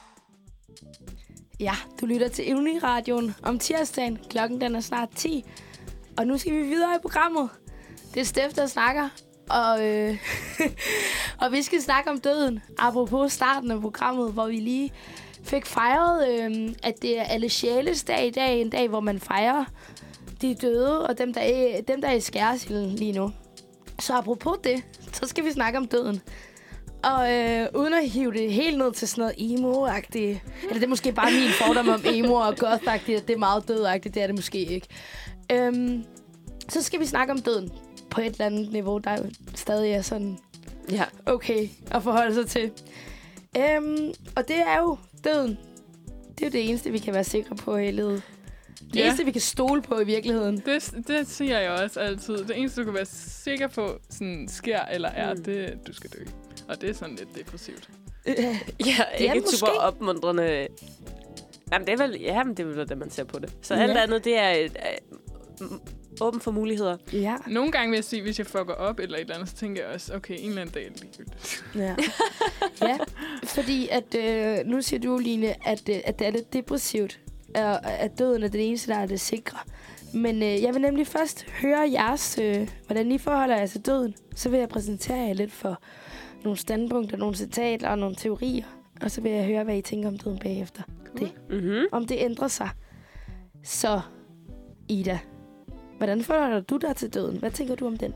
Ja, du lytter til Uniradioen om tirsdagen. Klokken den er snart ti. Og nu skal vi videre i programmet. Det er Steff, der snakker. Og, øh, og vi skal snakke om døden. Apropos starten af programmet, hvor vi lige fik fejret, øh, at det er alle sjæles dag i dag. En dag, hvor man fejrer de døde og dem, der er, dem, der er i skærsilden lige nu. Så apropos det, så skal vi snakke om døden. Og øh, uden at hive det helt ned til sådan noget emo-agtigt. Eller det er måske bare min fordom om emo og goth-agtigt, at det er meget død-agtigt. Det er det måske ikke. Øhm, så skal vi snakke om døden på et eller andet niveau, der jo stadig er sådan
Ja.
okay at forholde sig til. Øhm, og det er jo døden. Det er jo det eneste, vi kan være sikre på i livet. Det
Ja.
eneste, vi kan stole på i virkeligheden.
Det, det siger jeg også altid. Det eneste, du kan være sikker på, sådan sker eller er,
Mm.
det du skal dø. Og det er sådan lidt depressivt.
Øh,
Ja,
det
ikke
måske.
super opmuntrende. Jamen, det er vel, ja, men det er vel det, man ser på det. Så
Ja.
alt andet, det er et, øh, åben for muligheder.
ja.
Nogle gange vil jeg sige, hvis jeg fucker op eller et eller andet, så tænker jeg også, okay, en eller anden dag er det ligegyldigt.
Ja. Ja, fordi at, øh, nu siger du, Line, at, øh, at det er lidt depressivt, og at døden er det eneste, der er det sikre. Men øh, jeg vil nemlig først høre jeres, øh, hvordan I forholder jer til døden. Så vil jeg præsentere jer lidt for nogle standpunkter, nogle citater og nogle teorier. Og så vil jeg høre, hvad I tænker om døden bagefter. Det.
Mm-hmm.
Om det ændrer sig. Så, Ida, hvordan forholder du dig til døden? Hvad tænker du om den?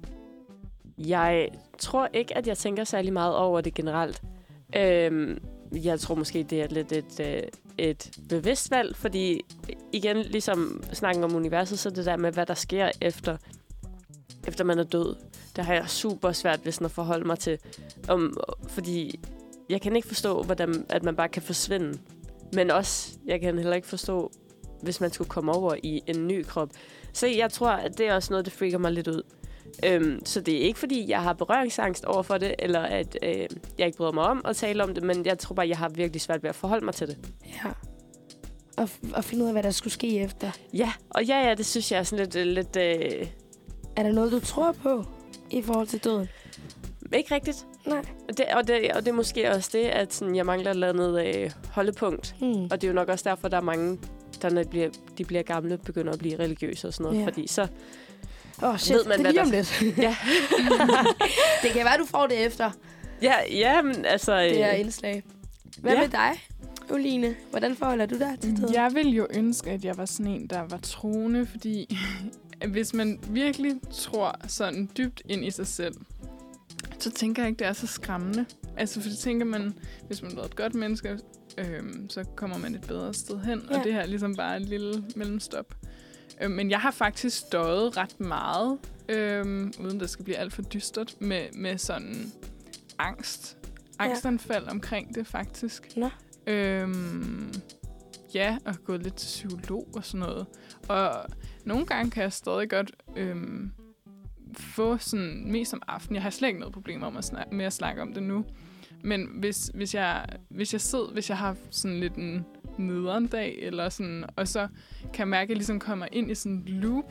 Jeg tror ikke, at jeg tænker særlig meget over det generelt. Øhm, jeg tror måske, det er lidt et, øh, et bevidst valg, fordi igen, ligesom snakken om universet, så det der med, hvad der sker efter, efter man er død, det har jeg super svært ved sådan at forholde mig til. Um, fordi jeg kan ikke forstå, hvordan at man bare kan forsvinde. Men også, jeg kan heller ikke forstå, hvis man skulle komme over i en ny krop. Så jeg tror, at det er også noget, der freaker mig lidt ud. Øhm, så det er ikke, fordi jeg har berøringsangst over for det, eller at øh, jeg ikke bryder mig om at tale om det, men jeg tror bare, jeg har virkelig svært ved at forholde mig til det.
Ja. Og, og finde ud af, hvad der skulle ske efter.
Ja, og ja, ja, det synes jeg er sådan lidt... øh, lidt øh,
Er der noget, du tror på i forhold til døden?
ikke rigtigt.
Nej.
Og det, og, det, og det er måske også det, at sådan, jeg mangler et eller andet øh, holdepunkt.
Hmm.
Og det er jo nok også derfor, der er mange, der når de bliver, de bliver gamle, begynder at blive religiøse og sådan noget.
Ja.
Fordi så...
Åh, oh, shit,
Ved man,
det er lige
hvad
om lidt.
Ja,
Det kan være, du får det efter
ja, ja men altså... Øh,
det her indslag. Hvad
ja.
med dig, Oline? Hvordan forholder du dig til døden?
Jeg ville jo ønske, at jeg var sådan en, der var troende, fordi hvis man virkelig tror sådan dybt ind i sig selv, så tænker jeg ikke, det er så skræmmende. Altså, for det tænker man, hvis man er et godt menneske, øhm, så kommer man et bedre sted hen.
Ja.
Og det her er ligesom bare et lille mellemstop. Øhm, men jeg har faktisk støjet ret meget, øhm, uden det skal blive alt for dystert, med, med sådan angst. Angstanfald ja. omkring det, faktisk.
Nå.
Øhm, ja, og gået lidt til psykolog og sådan noget. Og nogle gange kan jeg stadig godt øhm, få sådan, mest om aftenen. Jeg har slet ikke noget problem om at snakke, med at snakke om det nu. Men hvis, hvis, jeg, hvis jeg sidder, hvis jeg har sådan lidt en nederen dag, eller sådan, og så kan jeg mærke, at jeg ligesom kommer ind i sådan en loop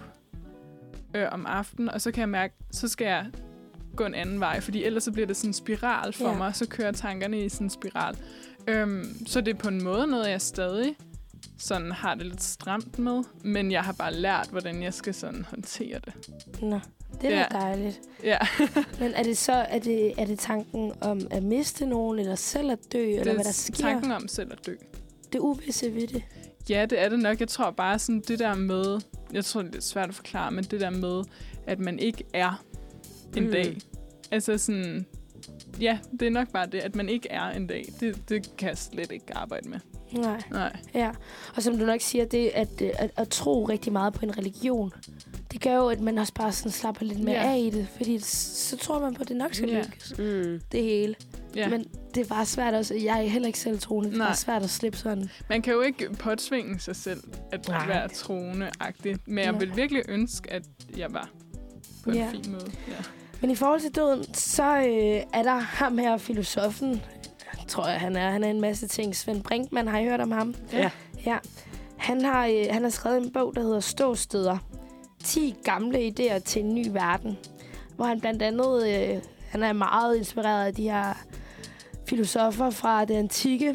øh, om aftenen, og så kan jeg mærke, så skal jeg gå en anden vej, fordi ellers så bliver det sådan en spiral for
Ja.
mig, så kører tankerne i sådan en spiral. Øhm, så det er på en måde noget, jeg stadig sådan har det lidt stramt med, men jeg har bare lært, hvordan jeg skal sådan håndtere det.
Nå, det er
Ja.
da dejligt.
Ja,
Men er det så er det, er det tanken om at miste nogen, eller selv at dø, eller
det
hvad der
er
sker?
tanken om selv at dø.
Det uvisse ved det.
Ja, det er det nok. Jeg tror bare sådan det der med, jeg tror, det er svært at forklare, men det der med, at man ikke er en
Mm.
dag. Altså sådan, ja, det er nok bare det, at man ikke er en dag. Det, det kan jeg slet ikke arbejde med.
Nej.
Nej.
Ja, og som du nok siger, det at, at, at tro rigtig meget på en religion, det gør jo, at man også bare sådan slapper lidt mere
Ja.
af i det, fordi så tror man på, at det nok skal
Ja.
lykkes.
Mm.
Det hele.
Ja.
Men det er bare svært også. Jeg er heller ikke selv troende. Det er
Nej.
bare svært at slippe sådan.
Man kan jo ikke påtvinge sig selv at
Nej.
være troende-agtig, men jeg
Nej.
vil virkelig ønske, at jeg var på en
Ja.
fin måde. Ja.
Men i forhold til døden, så øh, er der ham her, filosofen, tror jeg, han er. Han er en masse ting. Svend Brinkmann, har I hørt om ham?
Ja.
Ja. Han har, øh, han har skrevet en bog, der hedder Ståsteder. ti gamle idéer til en ny verden. Hvor han blandt andet, øh, han er meget inspireret af de her filosofer fra det antikke,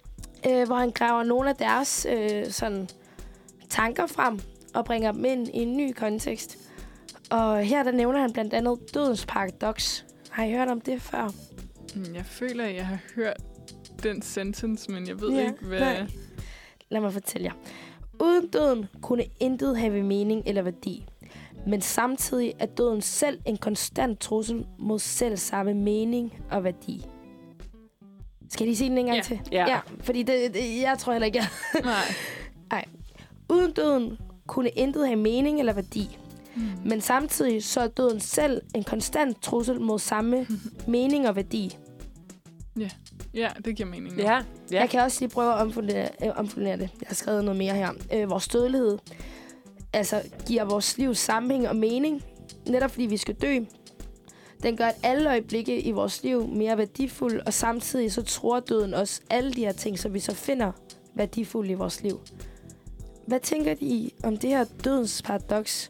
øh, hvor han graver nogle af deres øh, sådan, tanker frem og bringer dem ind i en ny kontekst. Og her der nævner han blandt andet dødens paradoks. Har I hørt om det før?
Mm, Jeg føler, at jeg har hørt den sentence, men jeg ved
Ja,
ikke, hvad...
nej. Lad mig fortælle jer. Uden døden kunne intet have mening eller værdi. Men samtidig er døden selv en konstant trussel mod selv samme mening og værdi. Skal jeg lige sige den en gang
Ja.
til?
Ja.
ja fordi det, det, jeg tror heller ikke, jeg...
Nej.
Uden døden kunne intet have mening eller værdi.
Mm.
Men samtidig så er døden selv en konstant trussel mod samme mening og værdi.
Ja, det giver mening. nu.
Ja, ja.
Jeg kan også lige prøve at omformulere, øh, omformulere det. Jeg har skrevet noget mere her. Øh, vores dødelighed altså, giver vores liv sammenhæng og mening, netop fordi vi skal dø. Den gør, at alle øjeblikke i vores liv mere værdifulde, og samtidig så tror døden også alle de her ting, som vi så finder værdifulde i vores liv. Hvad tænker de om det her dødens paradoks?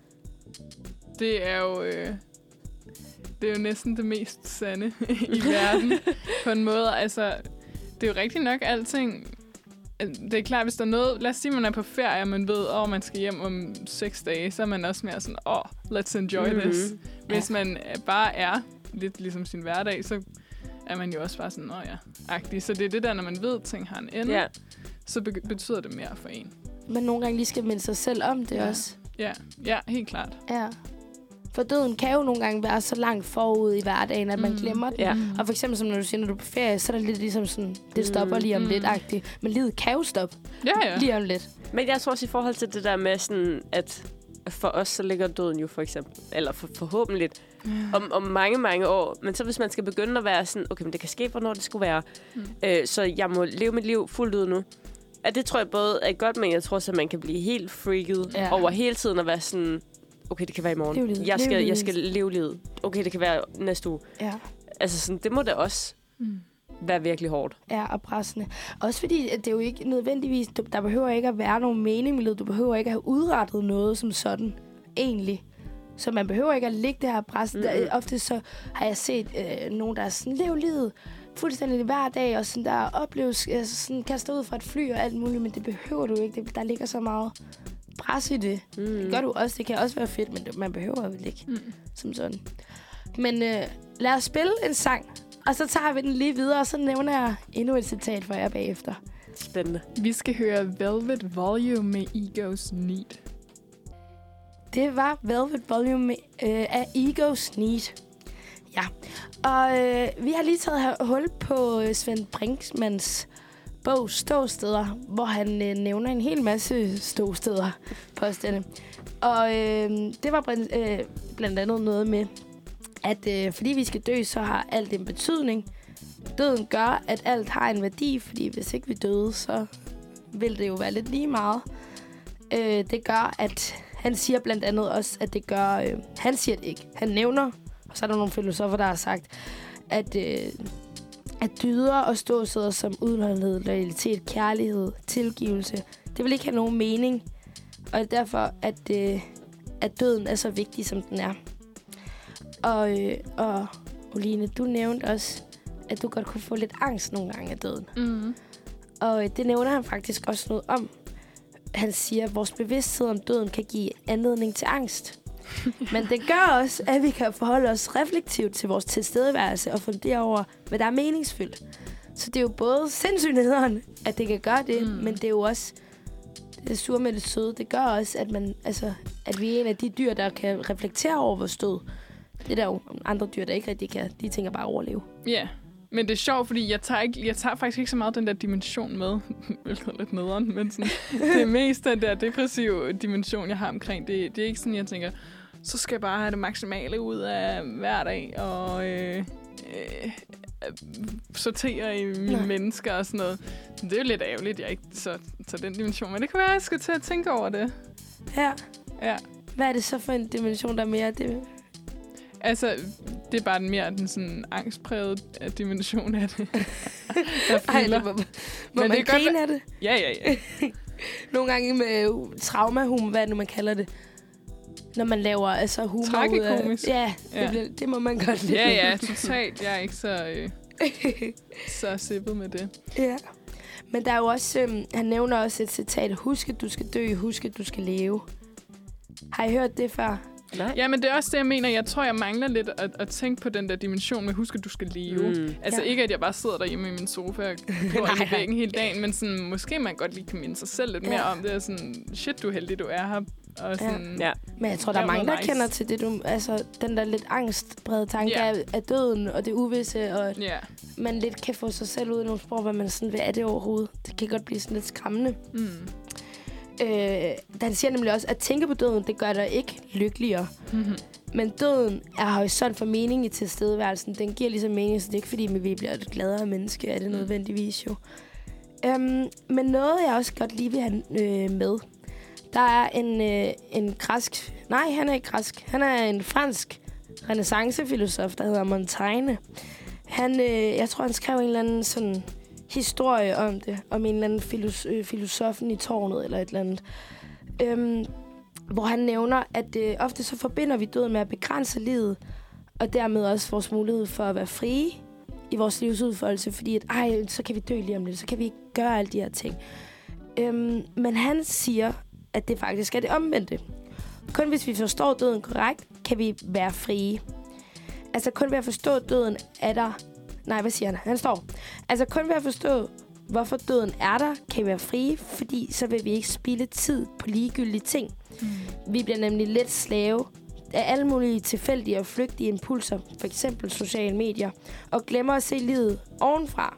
Det er jo... Øh, det er jo næsten det mest sande i verden, på en måde. Altså, det er jo rigtigt nok alting... Det er klart, hvis der er noget... Lad os sige, man er på ferie, og man ved, at oh, man skal hjem om seks dage, så er man også mere sådan, åh, oh, let's enjoy
Mhm.
this. Hvis man bare er lidt ligesom sin hverdag, så er man jo også bare sådan, åh ja, agtig. Så det er det der, når man ved, at ting har en ende,
Ja.
så be- betyder det mere for en.
Man nogle gange lige skal minde sig selv om det
Ja.
også.
Ja, ja, helt klart.
Ja. For døden kan jo nogle gange være så langt forud i hverdagen, at man
Mm.
glemmer den.
Ja.
Og for eksempel, som når du siger, når du er på ferie, så er det lidt ligesom sådan, det stopper lige om
Mm.
lidt-agtigt. Men livet kan jo stoppe
Ja, ja.
lige om lidt.
Men jeg tror også i forhold til det der med sådan, at for os så ligger døden jo for eksempel, eller for, forhåbentlig om, om mange, mange år. Men så hvis man skal begynde at være sådan, okay, men det kan ske, hvornår det skulle være.
Mm.
Øh, så jeg må leve mit liv fuldt ud nu. At det tror jeg både er godt, men jeg tror også, at man kan blive helt freaket
Ja.
over hele tiden at være sådan, okay, det kan være i morgen.
Lev livet.
Jeg
Lev
skal,
livet.
jeg skal leve livet. Okay, det kan være næste uge.
Ja.
Altså sådan, det må da også
Mm.
være virkelig hårdt.
Ja, og pressende. Også fordi, at det er jo ikke nødvendigvis, du- der behøver ikke at være nogen mening med livet. Du behøver ikke at have udrettet noget som sådan, egentlig. Så man behøver ikke at ligge det her pres.
Mm-hmm.
Der, ofte så har jeg set øh, nogen, der er sådan, lev livet fuldstændig hver dag, og sådan der opleves, altså sådan kaster ud fra et fly og alt muligt, men det behøver du ikke. Det, der ligger så meget pres i det.
Mm.
Det gør du også. Det kan også være fedt, men det, man behøver vel ikke
Mm.
som sådan. Men øh, lad os spille en sang, og så tager vi den lige videre, og så nævner jeg endnu et citat for jer bagefter.
Spændende.
Vi skal høre Velvet Volume med Ego's Need.
Det var Velvet Volume øh, af Ego's Need. Ja, og øh, vi har lige taget her hul på øh, Svend Brinkmanns bog Ståsteder, hvor han øh, nævner en hel masse ståsteder påstande. Og øh, det var blandt, øh, blandt andet noget med, at øh, fordi vi skal dø, så har alt en betydning. Døden gør, at alt har en værdi, fordi hvis ikke vi døde, så vil det jo være lidt lige meget. Øh, det gør, at han siger blandt andet også, at det gør... Øh, han siger det ikke. Han nævner, og så er der nogle filosofer, der har sagt, at, øh, at dyder og ståsteder som udholdenhed, loyalitet, kærlighed, tilgivelse, det vil ikke have nogen mening. Og det er derfor, at, øh, at døden er så vigtig, som den er. Og, øh, og Oline, du nævnte også, at du godt kunne få lidt angst nogle gange af døden.
Mm.
Og øh, det nævner han faktisk også noget om. Han siger, at vores bevidsthed om døden kan give anledning til angst. Men det gør også, at vi kan forholde os reflektivt til vores tilstedeværelse og fundere over, hvad der er meningsfyldt. Så det er jo både sindssygt nederen, at det kan gøre det, mm. men det er jo også det sure med det søde. Det gør også, at, man, altså, at vi er en af de dyr, der kan reflektere over vores død. Det er der jo andre dyr, der ikke rigtig kan. De tænker bare overleve.
Ja, yeah. Men det er sjovt, fordi jeg tager, ikke, jeg tager faktisk ikke så meget den der dimension med, hvilket er lidt nederen, men sådan, det er mest den der depressive dimension, jeg har omkring. Det, det er ikke sådan, jeg tænker, så skal jeg bare have det maksimale ud af hver dag, og øh, øh, sortere i mine Nej. mennesker og sådan noget. Det er jo lidt ærgerligt, jeg ikke så tager den dimension, men det kan være, at jeg skal til at tænke over det.
Ja.
Ja.
Hvad er det så for en dimension, der er mere det?
Altså, det er bare den mere den sådan angstprægede dimension af det.
Ej, det må, må
Men
man
det
grine
godt,
af det?
Ja, ja, ja.
Nogle gange med traumahumor, hvad nu man kalder det. Når man laver altså humor ud af...
Tragikomisk.
Ja, det,
ja.
Bliver, det må man godt lide.
Ja, ja, totalt. Jeg er ikke så, øh, så sippet med det.
Ja. Men der er jo også... Øhm, han nævner også et citat. Husk, at du skal dø. Husk, at du skal leve. Har I hørt det før?
Nej.
Ja, men det er også det, jeg mener. Jeg tror, jeg mangler lidt at, at tænke på den der dimension med, husk, at du skal leve. Mm. Altså ja. Ikke, at jeg bare sidder derhjemme i min sofa og går ind i væggen hele dagen, men sådan, måske man godt lige kan minde sig selv lidt ja. mere om det. Og sådan, shit, du er heldig, du er her. Og sådan,
ja. Men jeg tror, der er mange, der nice. kender til det. Du, altså, den der lidt angstbrede tanke yeah. af, af døden og det uvisse. Og yeah. man lidt kan få sig selv ud i nogle spor, hvor man sådan, hvad er det overhovedet? Det kan godt blive sådan lidt skræmmende. Mm. Øh, han siger nemlig også, at tænke på døden, det gør dig ikke lykkeligere. Mm-hmm. Men døden er horisont for mening i tilstedeværelsen. Den giver ligesom mening, så det er ikke fordi, vi bliver et gladere menneske, er det nødvendigvis jo. Um, men noget, jeg også godt lige vil have øh, med, der er en, øh, en græsk... Nej, han er ikke græsk. Han er en fransk renæssancefilosof, der hedder Montaigne. Han, øh, jeg tror, han skrev en eller anden sådan historie om det, om en eller anden filos- øh, filosofen i tårnet eller et eller andet. Øhm, hvor han nævner, at øh, ofte så forbinder vi døden med at begrænse livet, og dermed også vores mulighed for at være frie i vores livsudfoldelse, fordi at, ej, så kan vi dø lige om lidt, så kan vi ikke gøre alle de her ting. Øhm, men han siger, at det faktisk er det omvendte. Kun hvis vi forstår døden korrekt, kan vi være frie. Altså kun ved at forstå døden er der... Nej, hvad siger han? Han står. Altså kun ved at forstå, hvorfor døden er der, kan vi være frie, fordi så vil vi ikke spilde tid på ligegyldige ting. Mm. Vi bliver nemlig let slave af alle mulige tilfældige og flygtige impulser, for eksempel sociale medier, og glemmer at se livet ovenfra.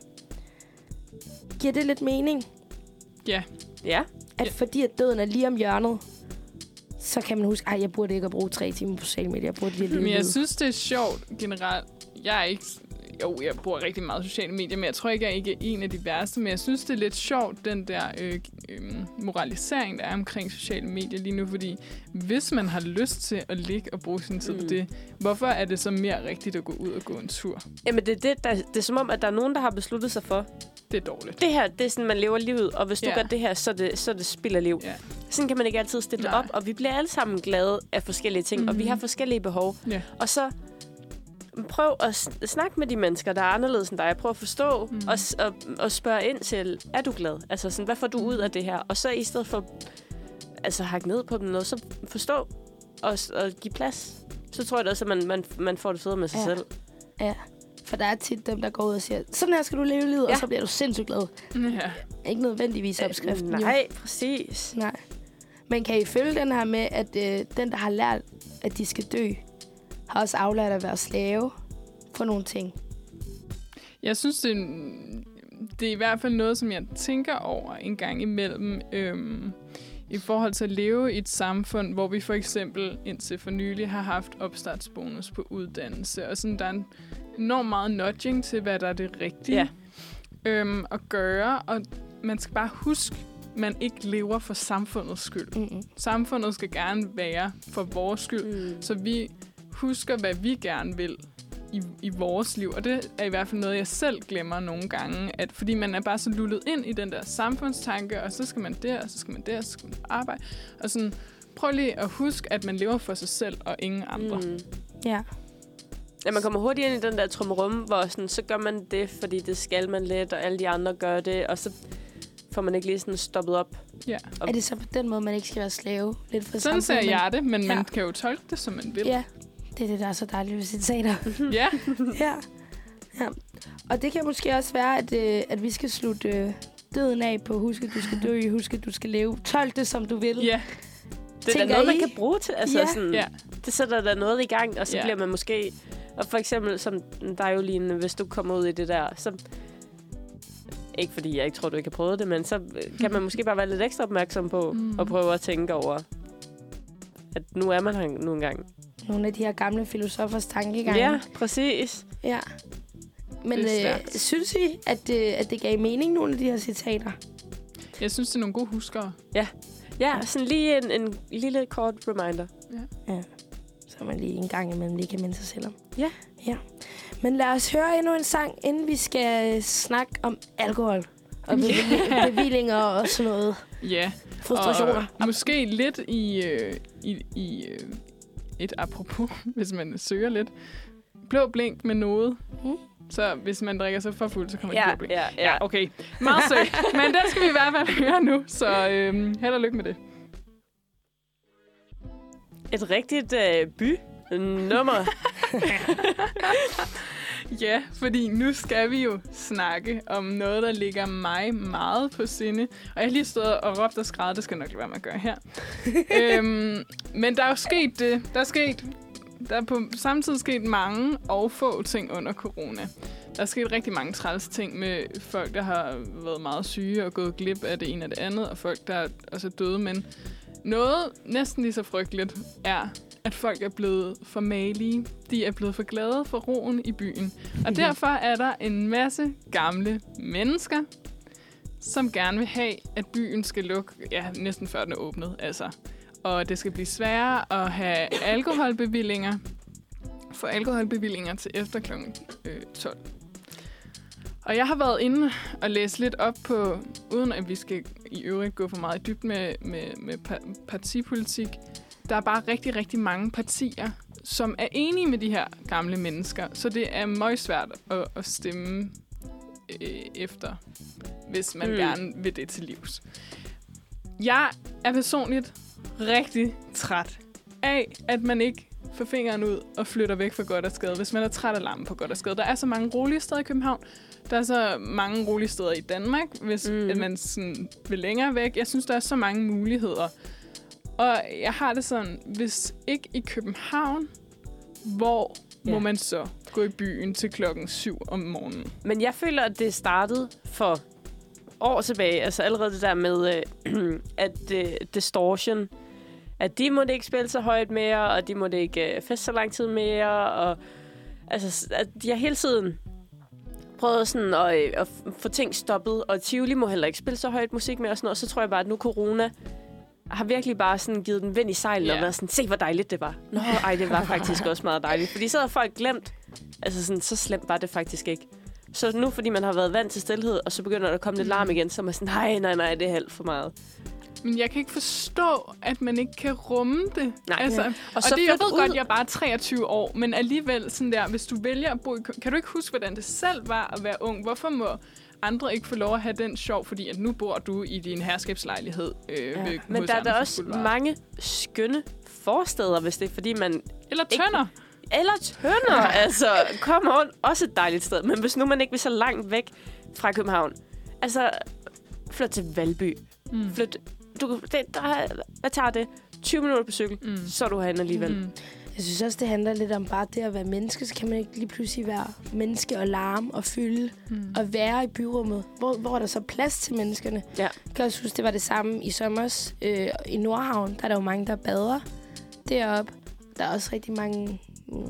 Giver det lidt mening?
Ja. Yeah.
Ja.
At fordi at døden er lige om hjørnet, så kan man huske, at jeg burde ikke at bruge tre timer på sociale medier. Jeg burde lige
men jeg synes, det er sjovt generelt. Jeg er ikke... Jo, jeg bruger rigtig meget sociale medier, men jeg tror ikke, jeg er ikke en af de værste. Men jeg synes, det er lidt sjovt, den der øh, øh, moralisering, der er omkring sociale medier lige nu. Fordi hvis man har lyst til at ligge og bruge sin tid mm. på det, hvorfor er det så mere rigtigt at gå ud og gå en tur?
Jamen, det er, det, der, det er som om, at der er nogen, der har besluttet sig for.
Det er dårligt.
Det her, det er sådan, man lever livet, og hvis du yeah. gør det her, så er det, så er det spild af liv. Yeah. Sådan kan man ikke altid stille det op, og vi bliver alle sammen glade af forskellige ting, mm-hmm. og vi har forskellige behov. Yeah. Og så prøv at snakke med de mennesker, der er anderledes end dig. Prøv at forstå mm. og, og, og spørge ind til, er du glad? Altså sådan, hvad får du ud af det her? Og så i stedet for altså hakke ned på dem noget, så forstå og, og give plads. Så tror jeg da også, at man, man, man får det federe med sig
ja.
selv.
Ja, for der er tit dem, der går ud og siger, sådan her skal du leve livet, ja. Og så bliver du sindssygt glad. Ja. Ikke nødvendigvis opskriften.
Øh, nej,
jo.
præcis.
Nej. Men kan I følge den her med, at øh, den, der har lært, at de skal dø, har også aflært at være slave for nogle ting?
Jeg synes, det er, det er i hvert fald noget, som jeg tænker over en gang imellem, øhm, i forhold til at leve i et samfund, hvor vi for eksempel indtil for nylig har haft opstartsbonus på uddannelse, og sådan, der er en enormt meget nudging til, hvad der er det rigtige ja. øhm, at gøre, og man skal bare huske, man ikke lever for samfundets skyld. Mm-hmm. Samfundet skal gerne være for vores skyld, mm. så vi husker, hvad vi gerne vil i, i vores liv. Og det er i hvert fald noget, jeg selv glemmer nogle gange. At, fordi man er bare så lullet ind i den der samfundstanke, og så skal man der, og så skal man der, og så skal man arbejde. Og sådan, prøv lige at huske, at man lever for sig selv og ingen andre.
Mm.
Ja.
Ja, man kommer hurtigt ind i den der trummerum, hvor sådan, så gør man det, fordi det skal man lidt, og alle de andre gør det, og så får man ikke lige sådan stoppet op.
Ja.
Er det så på den måde, man ikke skal være slave? Lidt for
Sådan ser
samfundet?
jeg det, men
Ja.
man kan jo tolke det, som man vil.
Ja, det er det, der er så dejligt ved citater.
Ja.
Ja. Ja. Og det kan måske også være, at, øh, at vi skal slutte øh, døden af på husk, at du skal dø, husk, at du skal leve. Tolk det, som du vil.
Ja.
Det er da
Tænker
noget, man
I?
kan bruge til. Altså,
Ja.
sådan,
Ja.
det sætter der noget i gang, og så
Ja.
bliver man måske... Og for eksempel, som dig jo lige, hvis du kommer ud i det der, så... Ikke fordi jeg ikke tror, du ikke har prøvet det, men så kan man måske bare være lidt ekstra opmærksom på,
Mm.
og prøve at tænke over, at nu er man her nu engang.
Nogle af de her gamle filosofers tankegange.
Ja, præcis.
Ja. Men
Det er
øh,
stærkt.
synes I, at, øh, at det gav mening, nogle af de her citater?
Jeg synes, det er nogle gode huskere.
Ja, sådan lige en, en lille kort reminder.
Ja. Så man lige en gang imellem lige kan minde sig selv om.
Ja.
Ja. Men lad os høre endnu en sang, inden vi skal øh, snakke om alkohol. Og bevilling- bevillinger og sådan noget.
Ja.
Frustrationer.
Og måske lidt i, øh, i, i øh, et apropos, hvis man søger lidt. Blå blink med noget.
Mm.
Så hvis man drikker sig for fuld, så kommer
Ja,
det blå blink.
ja, ja.
Ja, okay. Meget søgt. Men den skal vi i hvert fald høre nu, så øh, held og lykke med det.
Et rigtigt øh, by-nummer.
Ja, fordi nu skal vi jo snakke om noget, der ligger mig meget på sinde. Og jeg har lige stået og råbt og skrevet, det skal jeg nok lade være med at gøre her. øhm, men der er jo sket det. Der er sket, der er på samme tid sket mange og få ting under corona. Der er sket rigtig mange træls ting med folk, der har været meget syge og gået glip af det ene og det andet, og folk, der er også døde. Men noget næsten lige så frygteligt er, at folk er blevet for malige. De er blevet for glade for roen i byen. Og derfor er der en masse gamle mennesker, som gerne vil have, at byen skal lukke, ja, næsten før den er åbnet. Altså. Og det skal blive sværere at have alkoholbevillinger, få alkoholbevillinger til efter klokken tolv. Og jeg har været inde og læst lidt op på, uden at vi skal i øvrigt gå for meget i dybden med, med, med pa- partipolitik, der er bare rigtig, rigtig mange partier, som er enige med de her gamle mennesker. Så det er meget svært at, at stemme øh, efter, hvis man
Mm.
mm. gerne vil det til livs. Jeg er personligt rigtig træt af, at man ikke får fingeren ud og flytter væk fra Gothersgade, hvis man er træt af larmen på Gothersgade. Der er så mange rolige steder i København. Der er så mange rolige steder i Danmark, hvis
Mm.
mm. man sådan vil længere væk. Jeg synes, der er så mange muligheder. Og jeg har det sådan, hvis ikke i København, hvor
Ja.
må man så gå i byen til klokken syv om morgenen?
Men jeg føler, at det startede for år tilbage. Altså allerede det der med, øh, at øh, distortion, at de måtte ikke spille så højt mere, og de måtte ikke øh, feste så lang tid mere. Og, altså, at de har hele tiden prøvet sådan at, øh, at få ting stoppet, og Tivoli må heller ikke spille så højt musik mere og sådan noget. Så tror jeg bare, at nu corona har virkelig bare sådan givet den vind i sejlen,
Ja.
og været sådan, se hvor dejligt det var. Nå, ej, det var faktisk også meget dejligt. Fordi så havde folk glemt, altså sådan, så slemt var det faktisk ikke. Så nu, fordi man har været vant til stilhed, og så begynder der at komme lidt larm igen, så er man sådan, nej, nej, nej, det er alt for meget.
Men jeg kan ikke forstå, at man ikke kan rumme det.
Nej.
Altså,
Ja.
og,
Og
og
så
det, jeg
flyt
ved
ud.
godt, jeg er bare treogtyve år, men alligevel sådan der, hvis du vælger at bo i Kø- kan du ikke huske, hvordan det selv var at være ung? Hvorfor må andre ikke få lov at have den sjov, fordi at nu bor du i din herskabslejlighed øh,
Ja.
ved
Men
H C
der er der
Andersens
også
Boulevard.
mange skønne forsteder, hvis det er, fordi man...
Eller
ikke-
tønder.
Eller Tønder, altså, come on, også et dejligt sted. Men hvis nu man ikke vil så langt væk fra København, altså, flyt til Valby.
Mm.
Flyt, du, det, der, hvad tager det? tyve minutter på cykel,
Mm.
så er du herinde alligevel.
Mm.
Jeg synes også, det handler lidt om bare det at være menneske. Så kan man ikke lige pludselig være menneske og larme og fylde
Mm.
og være i byrummet. Hvor, hvor er der så plads til menneskerne?
Ja.
Jeg kan også huske, det var det samme i sommers øh, i Nordhavn. Der er der jo mange, der bader deroppe. der er også rigtig mange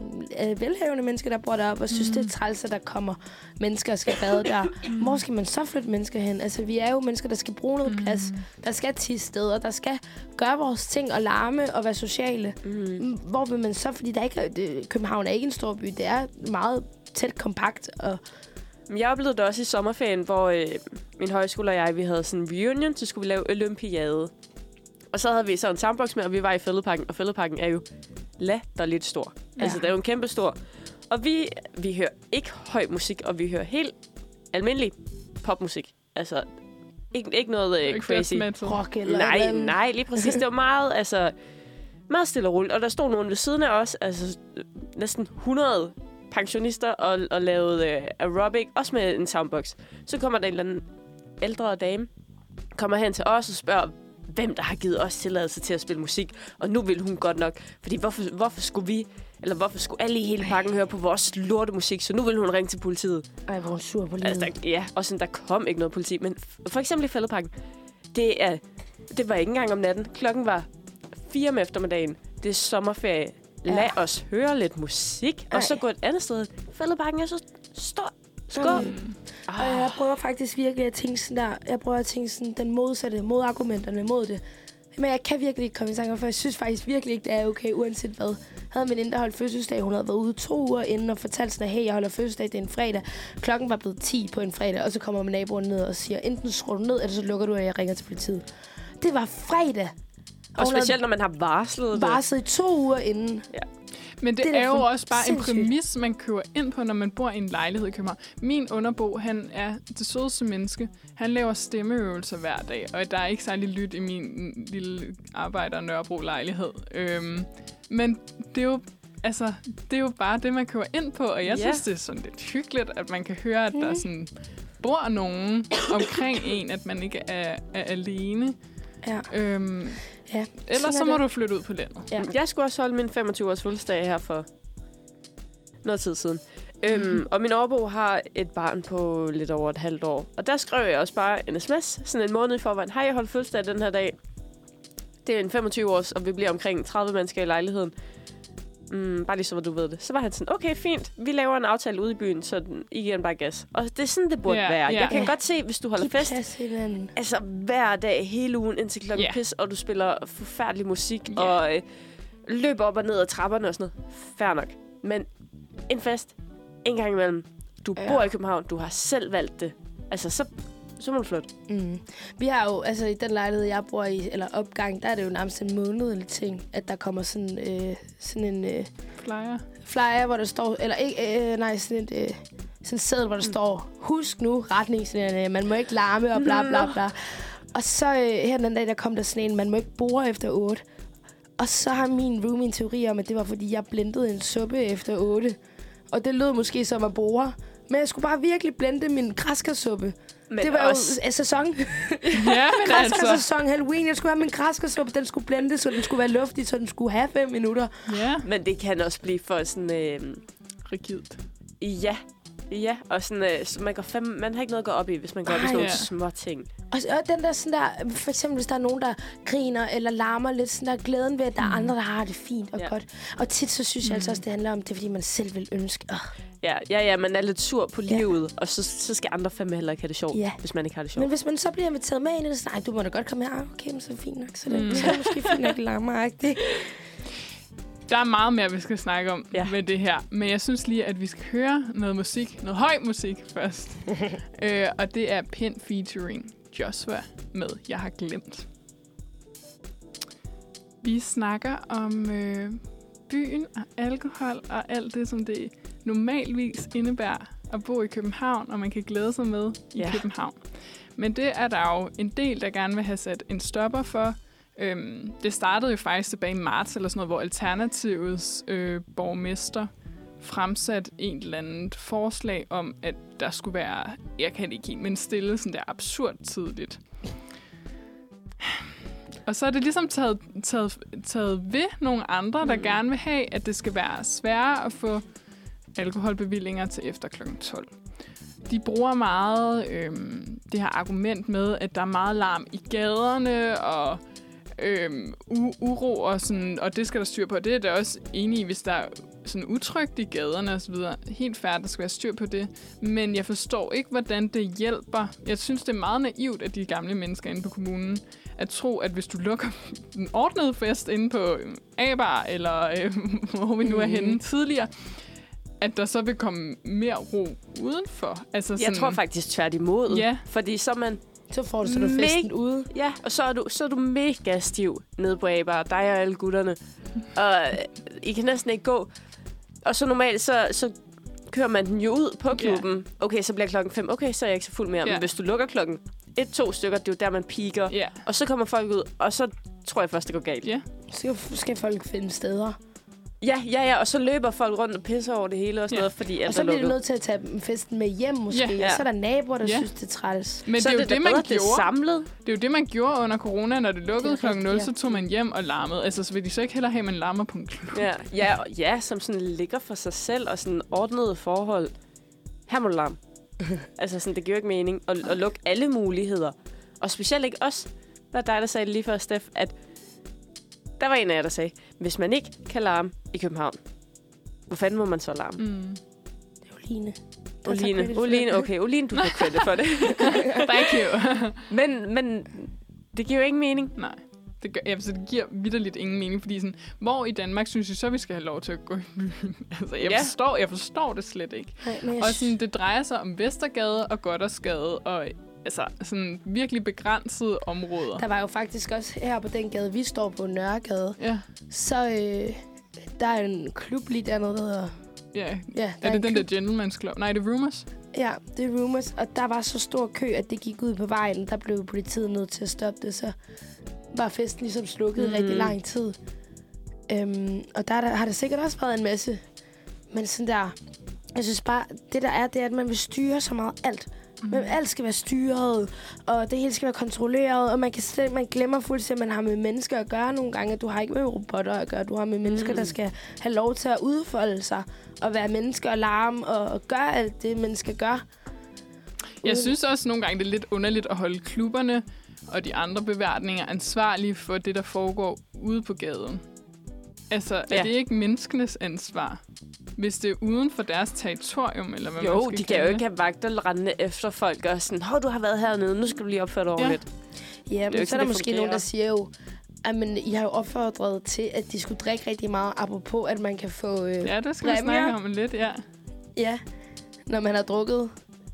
øh, velhavende mennesker, der bor deroppe, og synes, mm. det er træls, at der kommer mennesker og skal bade der. Hvor skal man så flytte mennesker hen? Altså, vi er jo mennesker, der skal bruge noget mm. plads. Der skal tisse steder, der skal gøre vores ting og larme og være sociale. Mm. Hvor vil man så? Fordi der ikke, det, København er ikke en stor by. Det er meget tæt kompakt. Og
jeg oplevede det også i sommerferien, hvor øh, min højskole og jeg, vi havde sådan en reunion, så skulle vi lave olympiade. Og så havde vi så en soundbox med, og vi var i Fælledparken, og Fælledparken er jo latterligt stor. Ja. Altså, det er jo en kæmpe stor. Og vi, vi hører ikke høj musik, og vi hører helt almindelig popmusik. Altså, ikke, ikke noget uh, crazy.
Rock eller
nej,
eller
nej, lige præcis. Det var meget, altså, meget stille og roligt. Og der stod nogen ved siden af os, altså næsten hundrede pensionister, og, og lavede uh, aerobic, også med en soundbox. Så kommer der en eller anden ældre dame, kommer hen til os og spørger, hvem der har givet os tilladelse til at spille musik. Og nu vil hun godt nok. Fordi hvorfor, hvorfor skulle vi, eller hvorfor skulle alle i hele parken høre på vores lorte musik? Så nu vil hun ringe til politiet.
Ej, hvor hun sur på livet.
Altså, der, ja, og sådan, der kom ikke noget politi. Men for eksempel i Fælledparken, det, er, det var ikke engang om natten. Klokken var fire om eftermiddagen. Det er sommerferie. Lad ja. os høre lidt musik, Ej. og så gå et andet sted. Fælledparken er så stor. Skål. Mm.
Og jeg prøver faktisk virkelig at tænke sådan der, jeg prøver at tænke sådan den modsatte, modargumenterne mod det. Men jeg kan virkelig ikke komme i tanke, for jeg synes faktisk virkelig ikke, det er okay, uanset hvad. Jeg havde min inden, der holdt fødselsdag, hun havde været ude to uger inden og fortalt sådan, hey, jeg holder fødselsdag, det er en fredag. Klokken var blevet ti på en fredag, og så kommer min naboen ned og siger, enten skruer du ned, eller så lukker du, og jeg ringer til politiet. Det var fredag.
Og, og specielt, når man har varslet det.
Varslet i to uger inden.
Ja.
Men det,
det
er,
er
jo også bare
sindssygt.
en præmis, man køber ind på, når man bor i en lejlighed i København. Min underbo, han er det sødeste menneske. Han laver stemmeøvelser hver dag, og der er ikke særlig lyt i min lille arbejder Nørrebro-lejlighed. Øhm, men det er jo altså, det er jo bare det, man køber ind på, og jeg yeah. synes, det er sådan lidt hyggeligt, at man kan høre, at mm. der sådan bor nogen omkring en, at man ikke er, er alene.
Ja.
Øhm,
ja.
Ellers så må det. du flytte ud på landet.
Ja. Jeg skulle også holde min femogtyve års fødselsdag her for noget tid siden. Mm-hmm. Øhm, og min overbo har et barn på lidt over et halvt år. Og der skrev jeg også bare en sms, sådan en måned i forvejen. Hej, jeg holdt fødselsdag den her dag. Det er en femogtyve års, og vi bliver omkring tredive mennesker i lejligheden. Mm, bare lige så, hvor du ved det. Så var han sådan, okay, fint. Vi laver en aftale ude i byen, så den, I giver den bare gas. Og det er sådan, det burde yeah, være. Yeah. Jeg kan yeah. godt se, hvis du holder fest. Altså hver dag, hele ugen, indtil klokken yeah. pis, og du spiller forfærdelig musik, yeah. og øh, løber op og ned ad trapperne og sådan noget. Fair nok. Men en fest, en gang imellem. Du ja. bor i København, du har selv valgt det. Altså, så, så må du flytte.
Mm. Vi har jo, altså i den lejlighed, jeg bor i, eller opgang, der er det jo nærmest en måned eller ting, at der kommer sådan, øh, sådan en... Øh,
flyer.
Flyer, hvor der står... Eller ikke... Øh, nej, sådan et... Øh, sådan en seddel, hvor der mm. står, husk nu retningslinjerne, man må ikke larme og bla bla bla. Og så øh, her den dag, der kom der sådan en, man må ikke bore efter otte. Og så har min roomie en teori om, at det var, fordi jeg blendede en suppe efter otte. Og det lød måske som at bore. Men jeg skulle bare virkelig blende min græskarsuppe. Men det var også... jo sæson.
Ja, men altså.
Sæson Halloween. Jeg skulle have min græskarsuppe. Den skulle blende, så den skulle være luftig, så den skulle have fem minutter.
Ja.
Men det kan også blive for sådan... Øh...
rigidt.
Ja. Ja, og sådan, øh, så man, går fem, man har ikke noget at gå op i, hvis man går op i sådan nogle ja. små ting.
Og, og den der sådan der, for eksempel hvis der er nogen, der griner eller larmer lidt, sådan der glæden ved, at der mm. er andre, der har det fint og ja. godt. Og tit så synes jeg mm. altså også, det handler om, det er, fordi man selv vil ønske. Oh.
Ja, ja, ja, man er lidt sur på livet, ja. og så, så skal andre fandme heller ikke have det sjovt, ja. hvis man ikke har det sjovt.
Men hvis man så bliver inviteret med ind, så nej, du må da godt komme her. Okay, men så er det fint nok. Så det, mm. så er det måske fint nok larmeragtigt.
Der er meget mere, vi skal snakke om
ja.
med det her. Men jeg synes lige, at vi skal høre noget musik. Noget høj musik først. øh, og det er Pind featuring Joshua med Jeg har glemt. Vi snakker om øh, byen og alkohol og alt det, som det normalvis indebærer at bo i København, og man kan glæde sig med i ja. København. Men det er der jo en del, der gerne vil have sat en stopper for. Øhm, det startede jo faktisk tilbage i marts, eller sådan noget, hvor Alternativets øh, borgmester fremsat en eller andet forslag om, at der skulle være, jeg kan ikke helt, men stille sådan der absurd tidligt. Og så er det ligesom taget, taget, taget ved nogle andre, der mm. gerne vil have, at det skal være sværere at få alkoholbevillinger til efter klokken tolv. De bruger meget øh, det her argument med, at der er meget larm i gaderne, og øhm, u- uro, og, sådan, og det skal der styr på. Det er da også enig i, hvis der er sådan utrygt i gaderne og så videre. Helt fair, der skal være styr på det. Men jeg forstår ikke, hvordan det hjælper. Jeg synes, det er meget naivt af de gamle mennesker inde på kommunen, at tro, at hvis du lukker en ordnet fest inde på A-bar, eller øh, hvor vi nu er henne tidligere, at der så vil komme mere ro udenfor. Altså sådan,
Jeg tror faktisk tværtimod.
Ja.
Fordi så er man...
Så får du så du festen ude.
Ja, og så er du, så er du mega stiv nede på A-bar. Dig og alle gutterne. Og øh, I kan næsten ikke gå. Og så normalt, så, så kører man den jo ud på klubben. Yeah. Okay, så bliver klokken fem. Okay, så er jeg ikke så fuld mere. Yeah. Men hvis du lukker klokken et, to stykker, det er jo der, man piker.
Yeah.
Og så kommer folk ud, og så tror jeg først, det går galt.
Yeah.
Så skal folk finde steder.
Ja, ja, ja, og så løber folk rundt og pisser over det hele og sådan yeah. noget, fordi alt
og så
er
bliver du
lukket.
nødt til at tage festen med hjem måske.
Yeah.
Og så er der naboer, der
Yeah.
synes, det er træls.
Men
så
det er jo
det,
det, man
bedre,
gjorde.
Det samlet.
Det er jo det, man gjorde under corona, når det lukkede
det
klokken nul,
rigtigt,
så tog man hjem og larmede. Altså, så vil de så ikke heller have, at man larmer på en klub.
Ja, ja, og ja, som sådan ligger for sig selv og sådan ordnede forhold. Her må du larme. Altså, sådan, det giver jo ikke mening at, at lukke alle muligheder. Og specielt ikke os. Der er dig, der sagde det lige før, Steff, at der var en af jer, der sagde, hvis man ikke kan larme i København, hvor fanden må man så larme?
Mm.
Det er Oline.
Oline, Oline, okay, Oline, du får credit for det.
Thank you.
men, men det giver jo ingen mening.
Nej. Det, gør, ja, så det giver vitterligt ingen mening, fordi sådan, hvor i Danmark synes I så, vi skal have lov til at gå i byen? altså, jeg,
Ja.
forstår, jeg forstår det slet ikke.
Nej, men jeg
Og sådan, det drejer sig om Vestergade og Goddersgade, og altså, sådan virkelig begrænsede områder.
Der var jo faktisk også her på den gade, vi står på, Nørregade,
Ja,
så øh, der er en klub lige dernede, der hedder...
ja.
Ja,
Er det den
klub.
der Gentleman's Club? Nej, det er Rumors.
Ja, det er Rumors, og der var så stor kø, at det gik ud på vejen. Der blev politiet nødt til at stoppe det, så var festen ligesom slukket mm. i rigtig lang tid. Øhm, og der, der har der sikkert også været en masse. Men sådan der, jeg synes bare, det der er, det er, at man vil styre så meget alt. Mm. Men alt skal være styret, og det hele skal være kontrolleret, og man, kan slet, man glemmer fuldstændig, at man har med mennesker at gøre nogle gange. Du har ikke med robotter at gøre, du har med mennesker, mm. der skal have lov til at udfolde sig, og være mennesker og larme, og, og gøre alt det, mennesker gør.
Jeg synes også nogle gange, det er lidt underligt at holde klubberne og de andre beværtninger ansvarlige for det, der foregår ude på gaden. Altså, er
Ja.
det ikke menneskenes ansvar? Hvis det er uden for deres territorium, eller hvad man
Jo,
skal
de kan
kalde
jo
det?
ikke have vagter rendende efter folk og sådan, hov, du har været hernede, nu skal du lige opføre dig ordentligt.
Ja,
jo
men
ikke
så er
sådan,
der
det
måske nogen, der
fungerer.
siger jo, at men, I har jo opfordret til, at de skulle drikke rigtig meget, apropos, at man kan få øh,
Ja, det skal vi
præmier.
snakke om lidt, ja.
Ja, når man har drukket.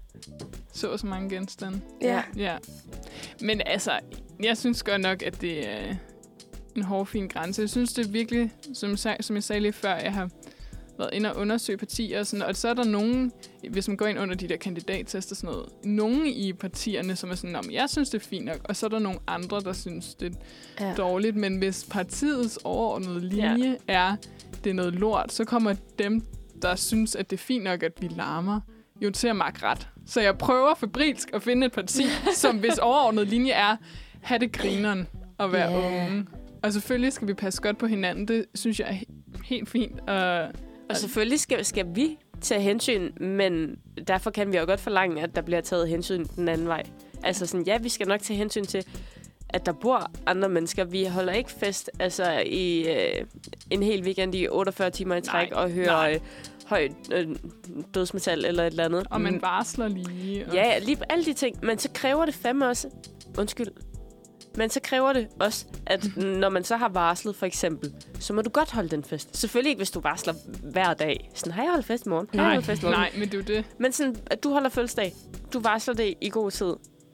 Så så mange genstande.
Ja.
Ja. Men altså, jeg synes godt nok, at det er en hårfin grænse. Jeg synes, det er virkelig, som jeg, sag, som jeg sagde lige før, jeg har været inde og undersøge partier og sådan, og så er der nogen, hvis man går ind under de der kandidattester og sådan noget, nogen i partierne, som er sådan, om jeg synes, det er fint nok, og så er der nogle andre, der synes, det er
Ja.
dårligt. Men hvis partiets overordnede linje ja. er, det er noget lort, så kommer dem, der synes, at det er fint nok, at vi larmer, jo til at makke ret. Så jeg prøver febrilsk at finde et parti, som hvis overordnet linje er, have det grineren og være
Yeah.
unge. Og selvfølgelig skal vi passe godt på hinanden. Det synes jeg er he- helt fint. Uh,
Og selvfølgelig skal, skal vi tage hensyn, men derfor kan vi jo godt forlange, at der bliver taget hensyn den anden vej. Altså sådan, ja, vi skal nok tage hensyn til, at der bor andre mennesker. Vi holder ikke fest altså i øh, en hel weekend i otteogfyrre timer i træk
Nej,
og hører
nej.
øh, højt øh, dødsmetal eller et eller andet.
og man
Mm.
varsler lige. Og
Ja, ja, lige alle de ting. Men så kræver det fandme også... Undskyld. Men så kræver det også, at når man så har varslet, for eksempel, så må du godt holde den fest. Selvfølgelig ikke, hvis du varsler hver dag. Sådan, har jeg holdt fest i morgen? Har jeg
Nej,
holdt fest i morgen?
nej, men det er jo det.
Men sådan, at du holder fødselsdag. Du varsler det i god tid.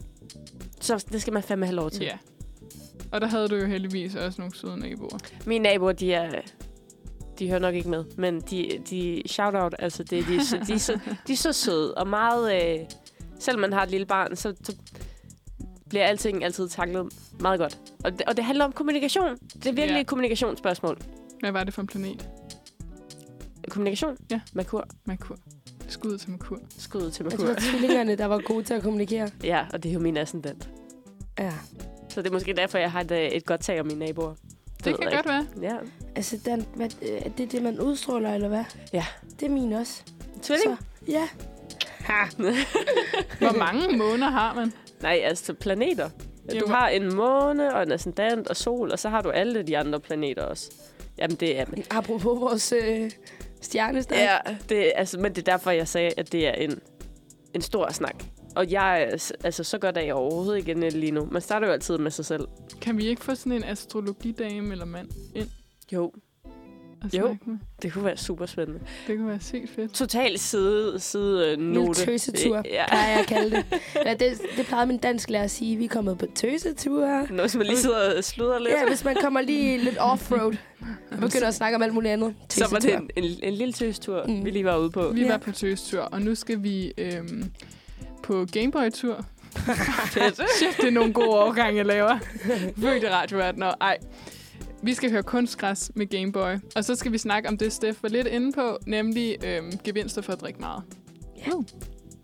Så det skal man fandme have lov til.
Ja. Og der havde du jo heldigvis også nogle søde naboer.
Mine naboer, de er... De hører nok ikke med, men de, de shout-out, altså det, de, er så, de, er så, de er så søde og meget... Øh, selvom man har et lille barn, så, så bliver alting altid taklet meget godt. Og det, og det handler om kommunikation. Det er virkelig
Ja.
et kommunikationsspørgsmål.
Hvad var det for en planet?
Kommunikation?
Ja.
Merkur.
Merkur. Skud til Merkur.
Skud til
Jeg
Merkur.
tror, tvillingerne, der var gode til at kommunikere.
Ja, og det er jo min ascendant.
Ja.
Så det er måske derfor, jeg har et, øh, et godt tag om mine naboer.
Det,
ved
det kan
jeg
godt være.
Ja.
Altså, den, hvad, øh, det er det, man udstråler, eller hvad?
Ja.
Det er min også.
Tvilling?
Så, ja. Ha.
Hvor mange måneder har man?
Nej, altså planeter. Du
Jamen.
har en måne og en ascendant og sol, og så har du alle de andre planeter også. Jamen, det er...
Apropos vores øh, stjernesnak.
Ja, det, altså, men det er derfor, jeg sagde, at det er en, en stor snak. Og jeg, altså, så godt er jeg overhovedet ikke inde lige nu. Man starter jo altid med sig selv.
Kan vi ikke få sådan en astrologidame eller mand ind?
Jo,
Og
Jo.
snakke med?
det kunne være super spændende.
Det kunne være sygt fedt.
Total side, side
Lille
note.
tøsetur,
Ja.
plejer jeg at kalde det. Ja, det. Det plejede min dansklærer at sige. Vi er kommet på tøsetur.
Noget, som man lige sidder og sluder lidt.
Ja, hvis man kommer lige lidt off-road og begynder at snakke om alt muligt andet.
Så var det
Tøsetur.
en, en, en lille tøstur,
Mm.
mm. vi lige var ude på.
Vi
Ja.
var på tøstur, og nu skal vi øhm, på Gameboy-tur.
Fedt.
Shit, det er nogle gode overgange, jeg laver. Født i radioverden, og ej. Vi skal høre kunstgræs med Gameboy. Og så skal vi snakke om det, Steff var lidt inde på, nemlig øhm, gevinster for at drikke meget.
Ja.
Uh.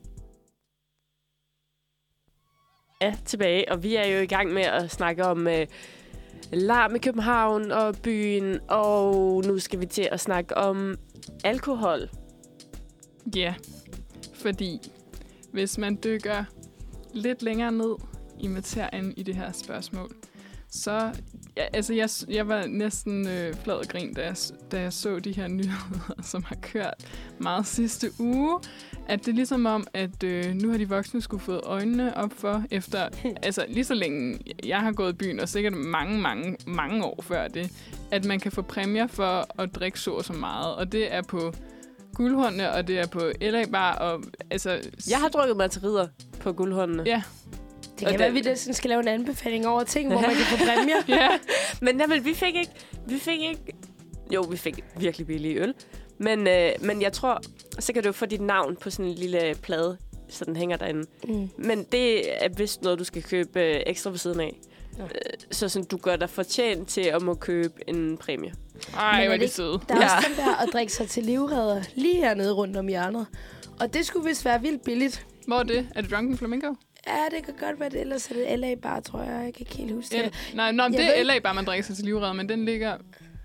Ja, tilbage. Og vi er jo i gang med at snakke om øh, larm i København og byen. Og nu skal vi til at snakke om alkohol.
Ja, yeah. Fordi hvis man dykker lidt længere ned i materien i det her spørgsmål, så... Ja, altså, jeg, jeg var næsten øh, flad og grin, da jeg, da jeg så de her nyheder, som har kørt meget sidste uge. At det er ligesom om, at øh, nu har de voksne skulle fået øjnene op for, efter altså lige så længe jeg har gået i byen, og sikkert mange, mange, mange år før det, at man kan få præmier for at drikke så så meget. Og det er på Guldhornene, og det er på L A Bar, og altså...
Jeg har drukket mig til ridder på Guldhåndene.
Ja.
Det kan
Og
være,
det-
at vi næsten skal lave en anbefaling over ting, hvor man kan få præmier.
Ja.
Men jamen, vi fik ikke... Vi fik ikke... Jo, vi fik virkelig billig øl. Men, øh, men jeg tror, så kan du få dit navn på sådan en lille plade, så den hænger derinde.
Mm.
Men det er vist noget, du skal købe øh, ekstra ved siden af.
Ja.
Øh, Så sådan, du gør dig fortjent til at må købe en præmie.
Ej,
Men er
hvor er
det
de
ikke-
søde.
Der er
Ja.
også den der at drikke sig til livredder lige hernede rundt om hjørnet. Og det skulle vist være vildt billigt.
Hvor er det? Er det Drunken Flamingo?
Ja, det kan godt være det. Ellers er det L A Bar, tror jeg. Jeg kan ikke helt huske
Ja.
det.
Nej, nå, men
Jeg
det
ved
er
ikke-
L A bare, man drikker sig til livredder, men den ligger...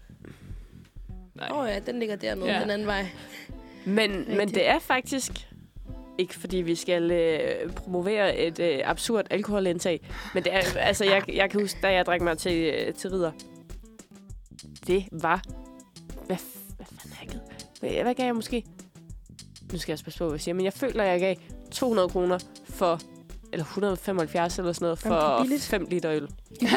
Nej.
Åh oh, ja, den ligger dernede
Ja.
ja. den anden vej.
Men, men det er faktisk... Ikke fordi vi skal øh, promovere et øh, absurd alkoholindtag. Men det er, altså, jeg, jeg kan huske, da jeg drak mig til, øh, til ridder. Det var... Hvad, f- hvad fanden har jeg givet? Hvad, hvad gav jeg måske? Nu skal jeg også passe på, hvad jeg siger. Men jeg føler, jeg gav to hundrede kroner for... Eller et hundrede og femoghalvfjerds eller sådan noget
Jamen, det er
for
billigt.
fem liter øl.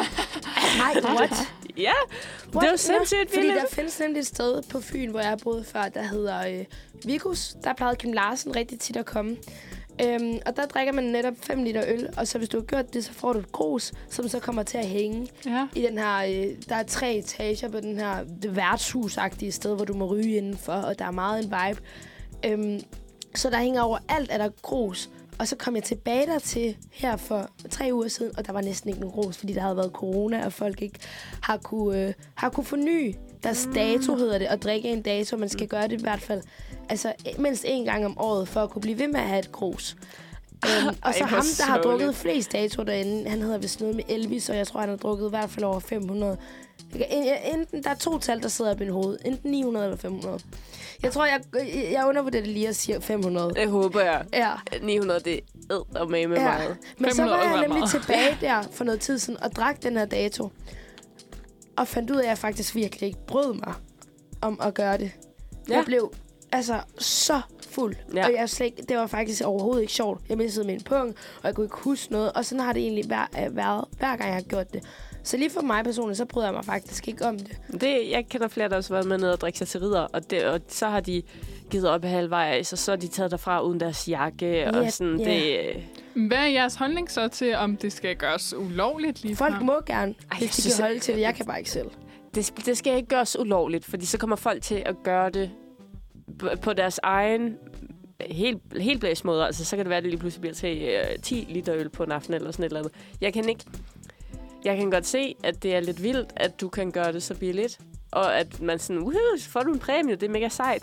Nej, what?
Ja, det
What?
var sindssygt
Fordi
billigt.
der findes nemlig et sted på Fyn, hvor jeg har boet før, der hedder øh, Vigus. Der plejede Kim Larsen rigtig tit at komme. Øhm, og der drikker man netop fem liter øl, og så hvis du har gjort det, så får du et grus, som så kommer til at hænge
Ja.
i den her... Øh, der er tre etager på den her det værtshusagtige sted, hvor du må ryge indenfor, og der er meget en vibe. Øhm, så der hænger over alt, er der grus. Og så kom jeg tilbage der til her for tre uger siden, og der var næsten ikke nogen grus, fordi der havde været corona, og folk ikke har kunne, øh, har kunne forny deres dato, hedder det, og drikke en dato. Man skal gøre det i hvert fald altså, mindst en gang om året, for at kunne blive ved med at have et grus. Øhm, og
Ej,
så
hvor
ham, der har
sørgeligt.
drukket flest datoer derinde, han hedder vist noget med Elvis, og jeg tror, han har drukket i hvert fald over fem hundrede. Jeg kan- Enten, der er to tal, der sidder op i mit hoved. Enten ni hundrede eller fem hundrede. Jeg tror, jeg, jeg undervurderer det lige at sige fem hundrede.
Det håber jeg.
Ja.
ni hundrede, det er og med med
Ja.
meget.
Men så
fem hundrede
var jeg
var
nemlig
meget.
tilbage der for noget tid siden og drak den her dato. Og fandt ud af, at jeg faktisk virkelig ikke brød mig om at gøre det.
Ja.
Jeg blev altså så fuld.
Ja.
Og jeg slet ikke, det var faktisk overhovedet ikke sjovt. Jeg mistede min pung, og jeg kunne ikke huske noget. Og sådan har det egentlig hver, været, hver gang jeg har gjort det. Så lige for mig personligt, så bryder jeg mig faktisk ikke om det.
Det, jeg kender flere, der også har været med ned og drikke sig til ridder, og, det, og så har de givet op halvvejs, og så er de taget derfra uden deres jakke, og
Ja,
sådan,
ja.
det...
Hvad er jeres holdning så til, om det skal gøres ulovligt lige
Folk
frem?
må gerne,
Ej,
hvis
jeg
de
synes,
kan holde til det. Jeg kan bare ikke selv.
det, det skal ikke gøres ulovligt, fordi så kommer folk til at gøre det p- på deres egen helt, helt blæsmåder. Altså, så kan det være, at det lige pludselig bliver til øh, ti liter øl på en aften, eller sådan et eller andet. Jeg kan ikke... Jeg kan godt se, at det er lidt vildt, at du kan gøre det så billigt, og at man sådan, woohoo, så får du en præmie, det er mega sejt.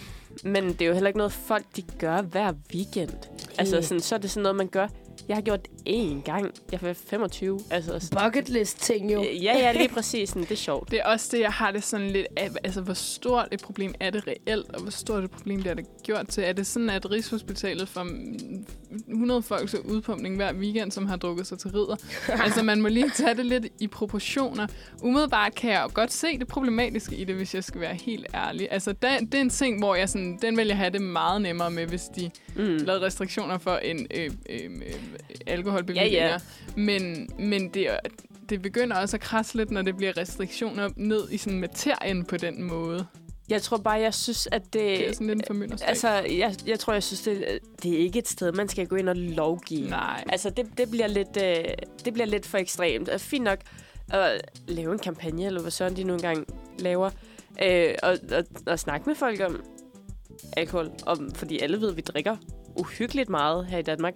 Men det er jo heller ikke noget, folk de gør hver weekend. Altså, sådan, så er det sådan noget, man gør. Jeg har gjort én gang. Jeg var femogtyve. Altså, sådan,
Bucket list ting jo.
ja, ja, lige præcis. Sådan, det er sjovt.
Det er også det, jeg har det sådan lidt af, altså hvor stort et problem er det reelt, og hvor stort et problem det er det gjort til. Er det sådan, at Rigshospitalet får hundrede folk til udpumpning hver weekend, som har drukket sig til ridder? Altså man må lige tage det lidt i proportioner. Umiddelbart kan jeg jo godt se det problematiske i det, hvis jeg skal være helt ærlig. Altså der, det er en ting, hvor jeg sådan, den vil jeg have det meget nemmere med, hvis de mm. lavede restriktioner for en øh, øh, øh, alkoholbevillinger. Ja, ja. Men, men det, det begynder også at krasse lidt, når det bliver restriktioner ned i sådan materien på den måde.
Jeg tror bare, jeg synes, at det...
Det er sådan lidt en formynderstat.
Altså, jeg, jeg tror, jeg synes, det, det er ikke et sted, man skal gå ind og lovgive.
Nej.
Altså, det, det, bliver, lidt, øh, det bliver lidt for ekstremt. Og fint nok at lave en kampagne, eller hvad sådan de nu engang laver, øh, og, og, og snakke med folk om alkohol, om, fordi alle ved, at vi drikker uhyggeligt meget her i Danmark.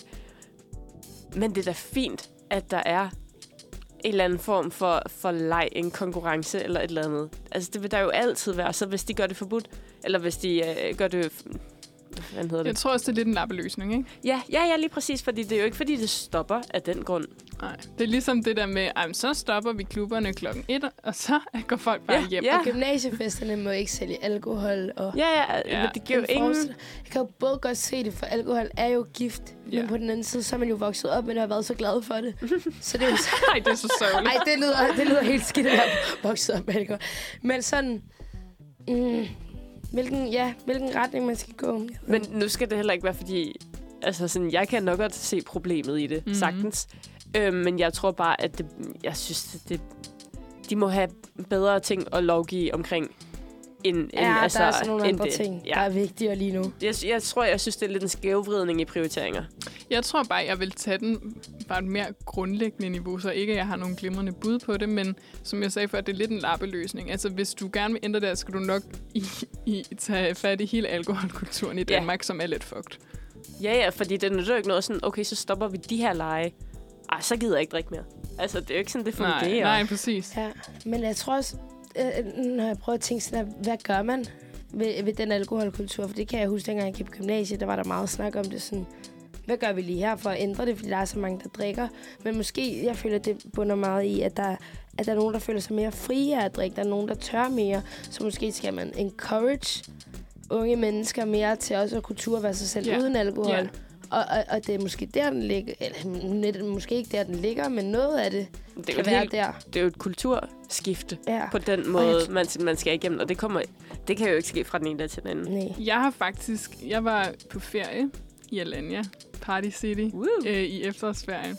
Men det er da fint, at der er en eller anden form for, for leg, en konkurrence eller et eller andet. Altså, det vil der jo altid være. Så hvis de gør det forbudt, eller hvis de øh, gør det... Hvad hedder det?
Jeg tror også, det er lidt en lappeløsning, ikke?
Ja, ja, ja, lige præcis. Fordi det er jo ikke, fordi det stopper af den grund.
Nej, det er ligesom det der med, at så stopper vi klubberne klokken et, og så går folk bare
ja,
hjem.
Ja.
Og gymnasiefesterne må ikke sælge alkohol. Og
ja, ja,
ja.
Men det giver jo ingen...
Jeg kan jo både godt se det, for alkohol er jo gift. Ja. Men på den anden side, så er man jo vokset op, men har været så glad for det. Så det er jo så...
Ej, det er så sørgeligt.
Ej, det lyder, det lyder helt skidt, at jeg er vokset op med alkohol. Men sådan... Mm, hvilken, ja, hvilken retning man skal gå.
Men nu skal det heller ikke være, fordi... Altså, sådan, jeg kan nok godt se problemet i det, mm-hmm. sagtens. Øhm, men jeg tror bare, at det, jeg synes, det, de må have bedre ting at lovgive omkring, end, end
ja,
altså,
der er sådan nogle andre
det.
ting,
Ja.
der er vigtigere lige nu.
Jeg, jeg tror, jeg synes, det er lidt en skævvridning i prioriteringer.
Jeg tror bare, jeg vil tage den bare et mere grundlæggende niveau, så ikke, at jeg har nogle glimrende bud på det, men som jeg sagde før, det er lidt en lappeløsning. Altså, hvis du gerne vil ændre det, skal du nok i, i, tage fat i hele alkoholkulturen i Danmark, ja. Som er lidt fucked.
Ja, ja, fordi det er jo ikke noget sådan, okay, så stopper vi de her lege. Ej, så gider jeg ikke drikke mere. Altså, det er jo ikke sådan, det fungerer.
Nej, nej, præcis.
Ja, men jeg tror også, øh, når jeg prøver at tænke sådan, at, hvad gør man ved, ved den alkoholkultur? For det kan jeg huske, dengang jeg gik på gymnasiet, der var der meget snak om det sådan, hvad gør vi lige her for at ændre det, fordi der er så mange, der drikker. Men måske, jeg føler, det bunder meget i, at der, at der er nogen, der føler sig mere frie af at drikke. Der er nogen, der tør mere. Så måske skal man encourage unge mennesker mere til også at kunne være sig selv yeah. uden alkohol. Yeah. Og, og, og det er måske der, den ligger. Eller måske ikke der, den ligger, men noget af det, det kan være helt, der.
Det er jo et kulturskifte
ja.
På den måde, man, man skal igennem. Og det, kommer, det kan jo ikke ske fra den ene dag til den anden.
Nej.
Jeg har faktisk... Jeg var på ferie i Alanya, Party City, øh, i efterårsferien.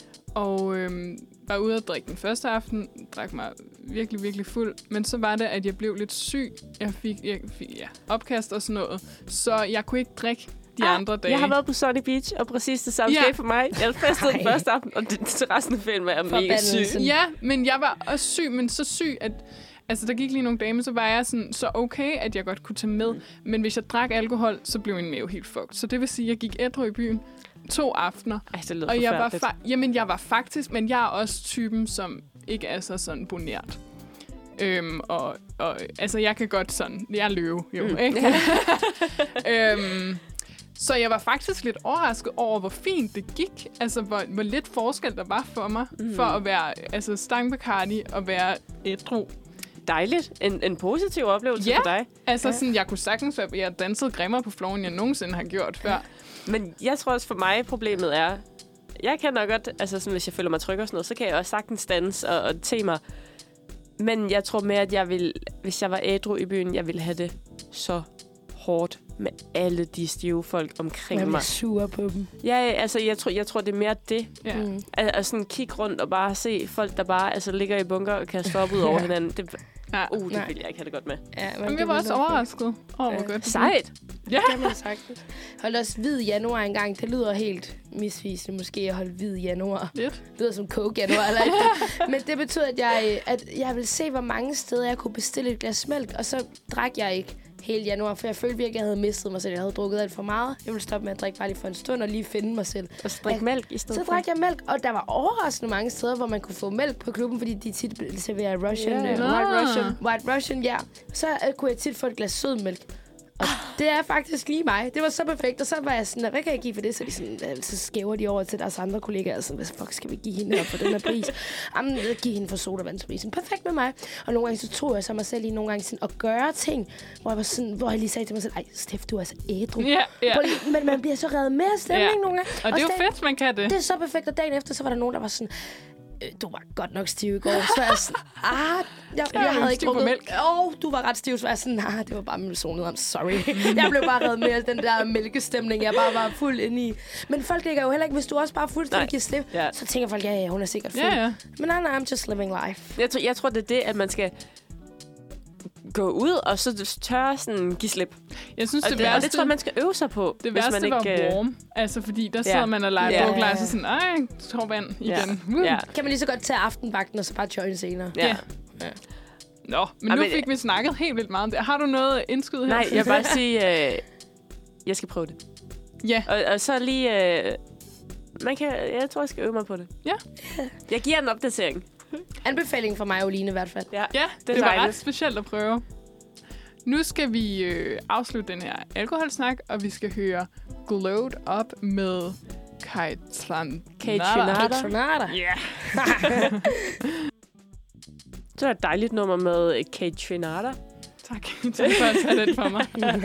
Og øh, var ude at drikke den første aften. Drak mig virkelig, virkelig fuld. Men så var det, at jeg blev lidt syg. Jeg fik, jeg fik ja, opkast og sådan noget. Så jeg kunne ikke drikke de ah, andre dage.
Jeg har været på Sunny Beach, og præcis det samme ja. skete for mig. Jeg festede den første aften, og det, til resten af filmen var jeg mega syg.
Ja, men jeg var også syg, men så syg, at... Altså, der gik lige nogle dage, så var jeg sådan, så okay, at jeg godt kunne tage med. Mm. Men hvis jeg drak alkohol, så blev min mave helt fucked. Så det vil sige, at jeg gik ædru i byen to aftener.
Ej, det lyder
og jeg var, fa- jamen, jeg var faktisk... Men jeg er også typen, som ikke er så sådan bonert. Øhm, og, og altså, jeg kan godt sådan... Jeg er løve, jo, mm. ikke? øhm, så jeg var faktisk lidt overrasket over, hvor fint det gik. Altså, hvor, hvor lidt forskel der var for mig. Mm. For at være altså, Stang Bacardi og være ædru.
Dejligt. En, en positiv oplevelse
ja,
for dig.
altså ja. Sådan, jeg kunne sagtens være, jeg dansede grimmere på floor, end jeg nogensinde har gjort før.
Men jeg tror også for mig, problemet er, jeg kan nok godt, altså sådan, hvis jeg føler mig tryg og sådan noget, så kan jeg også sagtens danse og, og te mig. Men jeg tror mere, at jeg vil, hvis jeg var ædru i byen, jeg ville have det så hårdt med alle de stive folk omkring mig.
Man er sur på dem.
Ja, altså jeg tror, jeg tror det er mere det.
Ja.
Mm. At, at sådan kigge rundt og bare se folk, der bare altså, ligger i bunker og kaster op ud over hinanden. Det,
ja.
uh, det vil jeg ikke have det godt med.
Ja,
men jeg var også overrasket over, oh, hvor godt.
Sejt!
Ja. Det kan man sagtens. Hold også hvid januar engang. Det lyder helt misvisende måske at holde hvid januar.
Lidt.
Det lyder som coke januar eller ikke. Men det betyder, at jeg, at jeg vil se, hvor mange steder jeg kunne bestille et glas mælk, og så drak jeg ikke hele januar, for jeg følte virkelig, at jeg havde mistet mig selv. Jeg havde drukket alt for meget. Jeg ville stoppe med at drikke bare lige for en stund og lige finde mig selv.
Og så drikke mælk i stedet
Så drak jeg mælk, og der var overraskende mange steder, hvor man kunne få mælk på klubben, fordi de tit serverer Russian,
yeah.
uh, White Russian. White Russian, ja. Så uh, kunne jeg tit få et glas sødmælk. Og Det er faktisk lige mig. Det var så perfekt, og så var jeg sådan, hvad kan jeg give for det? Så, de sådan, så skæver de over til deres andre kollegaer, og sådan, hvad fuck skal vi give hende her for den her pris? Jamen, giv hende for sodavandsprisen. Perfekt med mig. Og nogle gange så tog jeg så mig selv lige nogle gange sådan, at gøre ting, hvor jeg, var sådan, hvor jeg lige sagde til mig selv, ej, Steff, du er altså ædru.
Ja, ja.
Men man bliver så revet med af stemning
Ja.
nogle gange.
Og det er jo
dagen,
fedt, man kan det.
Det er så perfekt, og dagen efter, så var der nogen, der var sådan, øh, du var godt nok stiv i går. Så var jeg sådan, ah, jeg, jeg, jeg havde ikke
stiv på
drukket
mælk.
Åh, oh, du var ret stiv. Så var jeg sådan, ah, det var bare min zonede, I'm sorry. Jeg blev bare reddet med af den der mælkestemning, jeg bare var fuld inde i. Men folk ligger jo heller ikke, hvis du også bare fuldstændig giver slip,
Ja.
så tænker folk, ja, ja, hun er sikkert fuld.
Ja, ja.
Men nej, nej, I'm just living life.
Jeg tror, jeg tror, det er det, at man skal gå ud, og så tørre sådan give slip.
Jeg synes,
Og
det,
det, og
værste,
det tror jeg, man skal øve sig på.
det
hvis
værste
man
var
ikke, øh,
warm. Altså, fordi der sidder
Ja.
man og leger
Ja.
burglar, og så sådan, ej, tår vand igen.
Ja. Ja.
Kan man lige så godt tage aftenvagten, og så bare join senere.
Ja.
Ja. Nå, men
Ej,
nu
men-
fik vi snakket helt vildt meget om det. Har du noget indskud her?
Nej, jeg vil bare sige, øh, jeg skal prøve det.
Ja.
Og, og så lige... Øh, man kan, jeg tror, jeg skal øve mig på det.
Ja.
Jeg giver en opdatering.
Anbefaling fra mig, Oline, i hvert fald.
Ja,
Ja,
det
det,
er
det var
dejligt.
ret specielt at prøve. Nu skal vi øh, afslutte den her alkoholsnak, og vi skal høre Glowed Up med Kai Tran.
Kate Trinata.
Sonata.
Ja.
Det var et dejligt nummer med Kate Trinata.
Tak. Tak for at tage den for mig.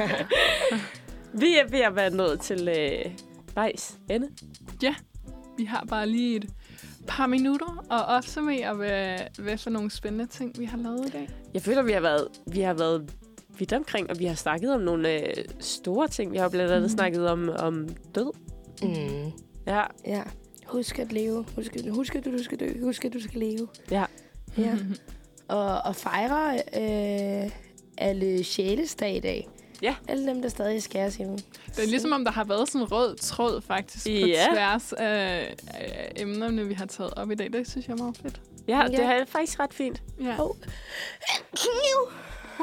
Vi er ved at være nået til øh, vejs ende.
Vi har bare lige et par minutter og opsummere, hvad, hvad for nogle spændende ting, vi har lavet i dag.
Jeg føler, vi har været, vi har været vidt omkring, og vi har snakket om nogle øh, store ting. Vi har blandt andet mm. snakket om, om død.
Mm.
Ja.
Ja. Husk at leve. Husk, at- husk at du, du skal dø. Husk at du skal leve.
Ja.
Ja. Og, og fejre øh, alle sjælesdag i dag.
Ja.
Alle dem, der stadig skæres endnu.
Det er ligesom om, der har været sådan en rød tråd faktisk
Ja.
på tværs af, af emnerne, vi har taget op i dag. Det synes jeg er meget fedt.
Ja,
Ja.
det er faktisk ret fint.
Ja.
Oh. Kniv!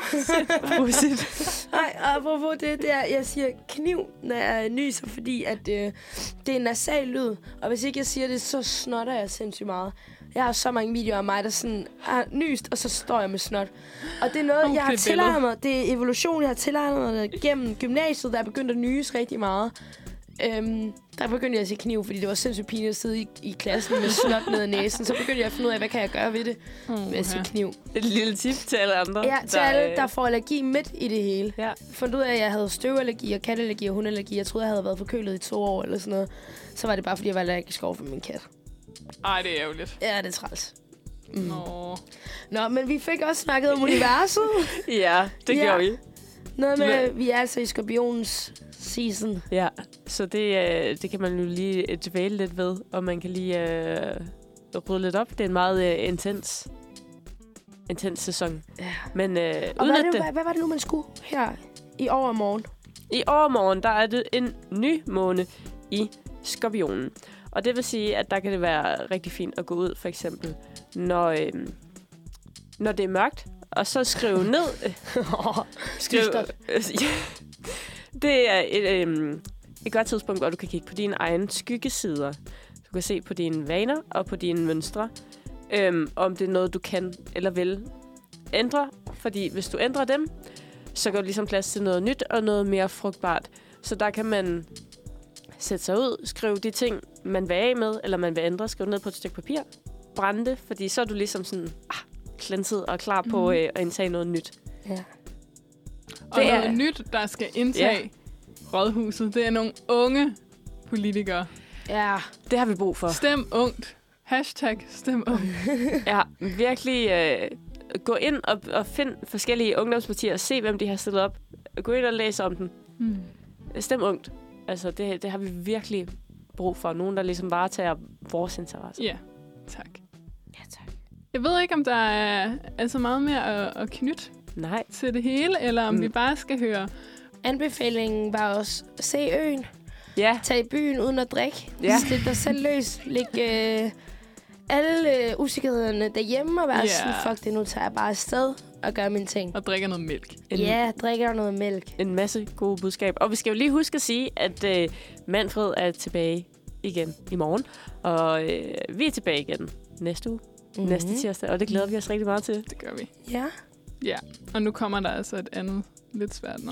Nej, apropos det der, jeg siger kniv, når jeg nyser, fordi at, øh, det er en nasal lyd. Og hvis ikke jeg siger det, så snotter jeg sindssygt meget. Jeg har så mange videoer af mig, der sådan har nyst, og så står jeg med snot. Og det er noget,
Oh,
jeg har
det er
tilegnet mig. Det er evolution, jeg har tilegnet mig gennem gymnasiet, der er begyndt at nyse rigtig meget. Øhm, der begyndte jeg at sige kniv, fordi det var sindssygt pinligt at sidde i, i klassen med snot ned ad næsen. Så begyndte jeg at finde ud af, hvad kan jeg gøre ved det,
Uh,
ved at sige kniv.
Et lille tip til alle andre.
Ja, til
der,
alle,
øh,
der får allergi midt i det hele.
Ja.
Fandt ud af, at jeg havde støvallergi og katteallergi og hundeallergi. Jeg troede, jeg havde været forkølet i to år eller sådan noget. Så var det bare, fordi jeg var allergisk over for min kat.
Ej, det er ærgerligt.
Ja, det er træls. Mm.
Nå.
Nå, men vi fik også snakket om universet.
Ja, det
Ja.
gjorde vi.
Noget med, vi er altså i skorpionens season.
Ja, så det, øh, det kan man jo lige dvæle lidt ved, og man kan lige øh, rydde lidt op. Det er en meget øh, intens, intens sæson.
Ja.
Men øh,
Og hvad,
udnyt
er det,
det.
hvad, hvad var det nu, man skulle her i overmorgen?
I overmorgen, der er det en ny måne i Skorpionen. Og det vil sige, at der kan det være rigtig fint at gå ud, for eksempel, når, øh, når det er mørkt, og så skrive ned. skrive,
Dystert.
det er et, øh, et godt tidspunkt, hvor du kan kigge på dine egne skyggesider. Du kan se på dine vaner og på dine mønstre, øh, om det er noget, du kan eller vil ændre. Fordi hvis du ændrer dem, så går der ligesom plads til noget nyt og noget mere frugtbart. Så der kan man sætte sig ud, skrive de ting, man vil af med, eller man vil ændre, skrive ned på et stykke papir, brænde det, fordi så er du ligesom sådan ah, klænset og klar på
Mhm.
øh, at indtage noget nyt.
Ja.
Og
Det
noget
er-
nyt, der skal indtage rådhuset, det er nogle unge politikere.
Ja.
Det har vi brug for.
Stem ungt. Hashtag stem ungt.
Ja, virkelig øh, gå ind og, og find forskellige ungdomspartier og se, hvem de har stillet op. Gå ind og læse om dem.
Hmm.
Stem ungt. Altså, det, det har vi virkelig brug for. Nogen, der ligesom varetager vores interesse.
Ja, tak.
Ja, tak.
Jeg ved ikke, om der er, er så meget mere at, at knytte
Nej.
til det hele, eller om
Mm.
vi bare skal høre.
Anbefalingen var også, se øen.
Ja,
Tag i byen uden at drikke.
Ja.
Stil dig selv løs. Læg øh, alle øh, usikkerhederne derhjemme og være
Ja.
sådan, fuck det, nu tager jeg bare afsted og gør mine ting.
Og drikke noget mælk.
en,
Ja, drikker noget mælk.
en masse gode budskab. Og vi skal jo lige huske at sige, at øh, Manfred er tilbage igen i morgen. Og øh, vi er tilbage igen næste uge. Mm-hmm. Næste tirsdag. Og det glæder vi os rigtig meget til.
Det gør vi.
Ja.
Ja, og nu kommer der altså et andet lidt svært navn.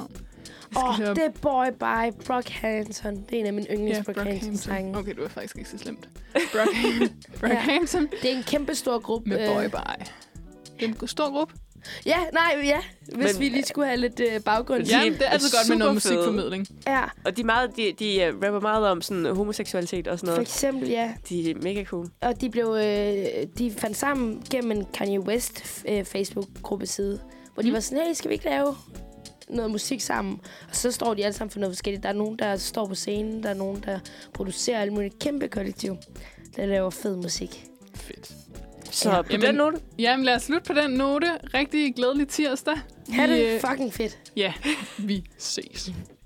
Åh,
høre-
oh, det er Boy by Brockhampton. Det er en af mine yndlings
Ja,
Brockhampton-sange.
Okay, du er faktisk ikke så slemt. Brockhampton
Det er en kæmpe stor gruppe.
med
øh,
Boy Bye. Det er en stor gruppe.
Ja, nej, ja. Hvis
Men-
vi lige skulle have lidt øh, baggrund.
Ja,
De
det er altid
er
godt med noget
superfede.
musikformidling.
Ja,
Og de, er meget, de, de uh, rapper meget om sådan homoseksualitet og sådan
for
noget.
eksempel, ja.
De er mega cool.
Og de blev, øh, de fandt sammen gennem en Kanye West øh, Facebook-gruppeside, hvor de
Mm.
var sådan, hey, skal vi ikke lave noget musik sammen? Og så står de alle sammen for noget forskelligt. Der er nogen, der står på scenen, der er nogen, der producerer alt muligt. Kæmpe kollektiv, der laver fed musik.
Fedt.
Så
Ja.
på
Jamen-
den note,
Jamen, lad os slutte på den note. Rigtig glædelig tirsdag.
Ha'
Vi,
det
øh,
fucking fedt.
Ja, vi ses.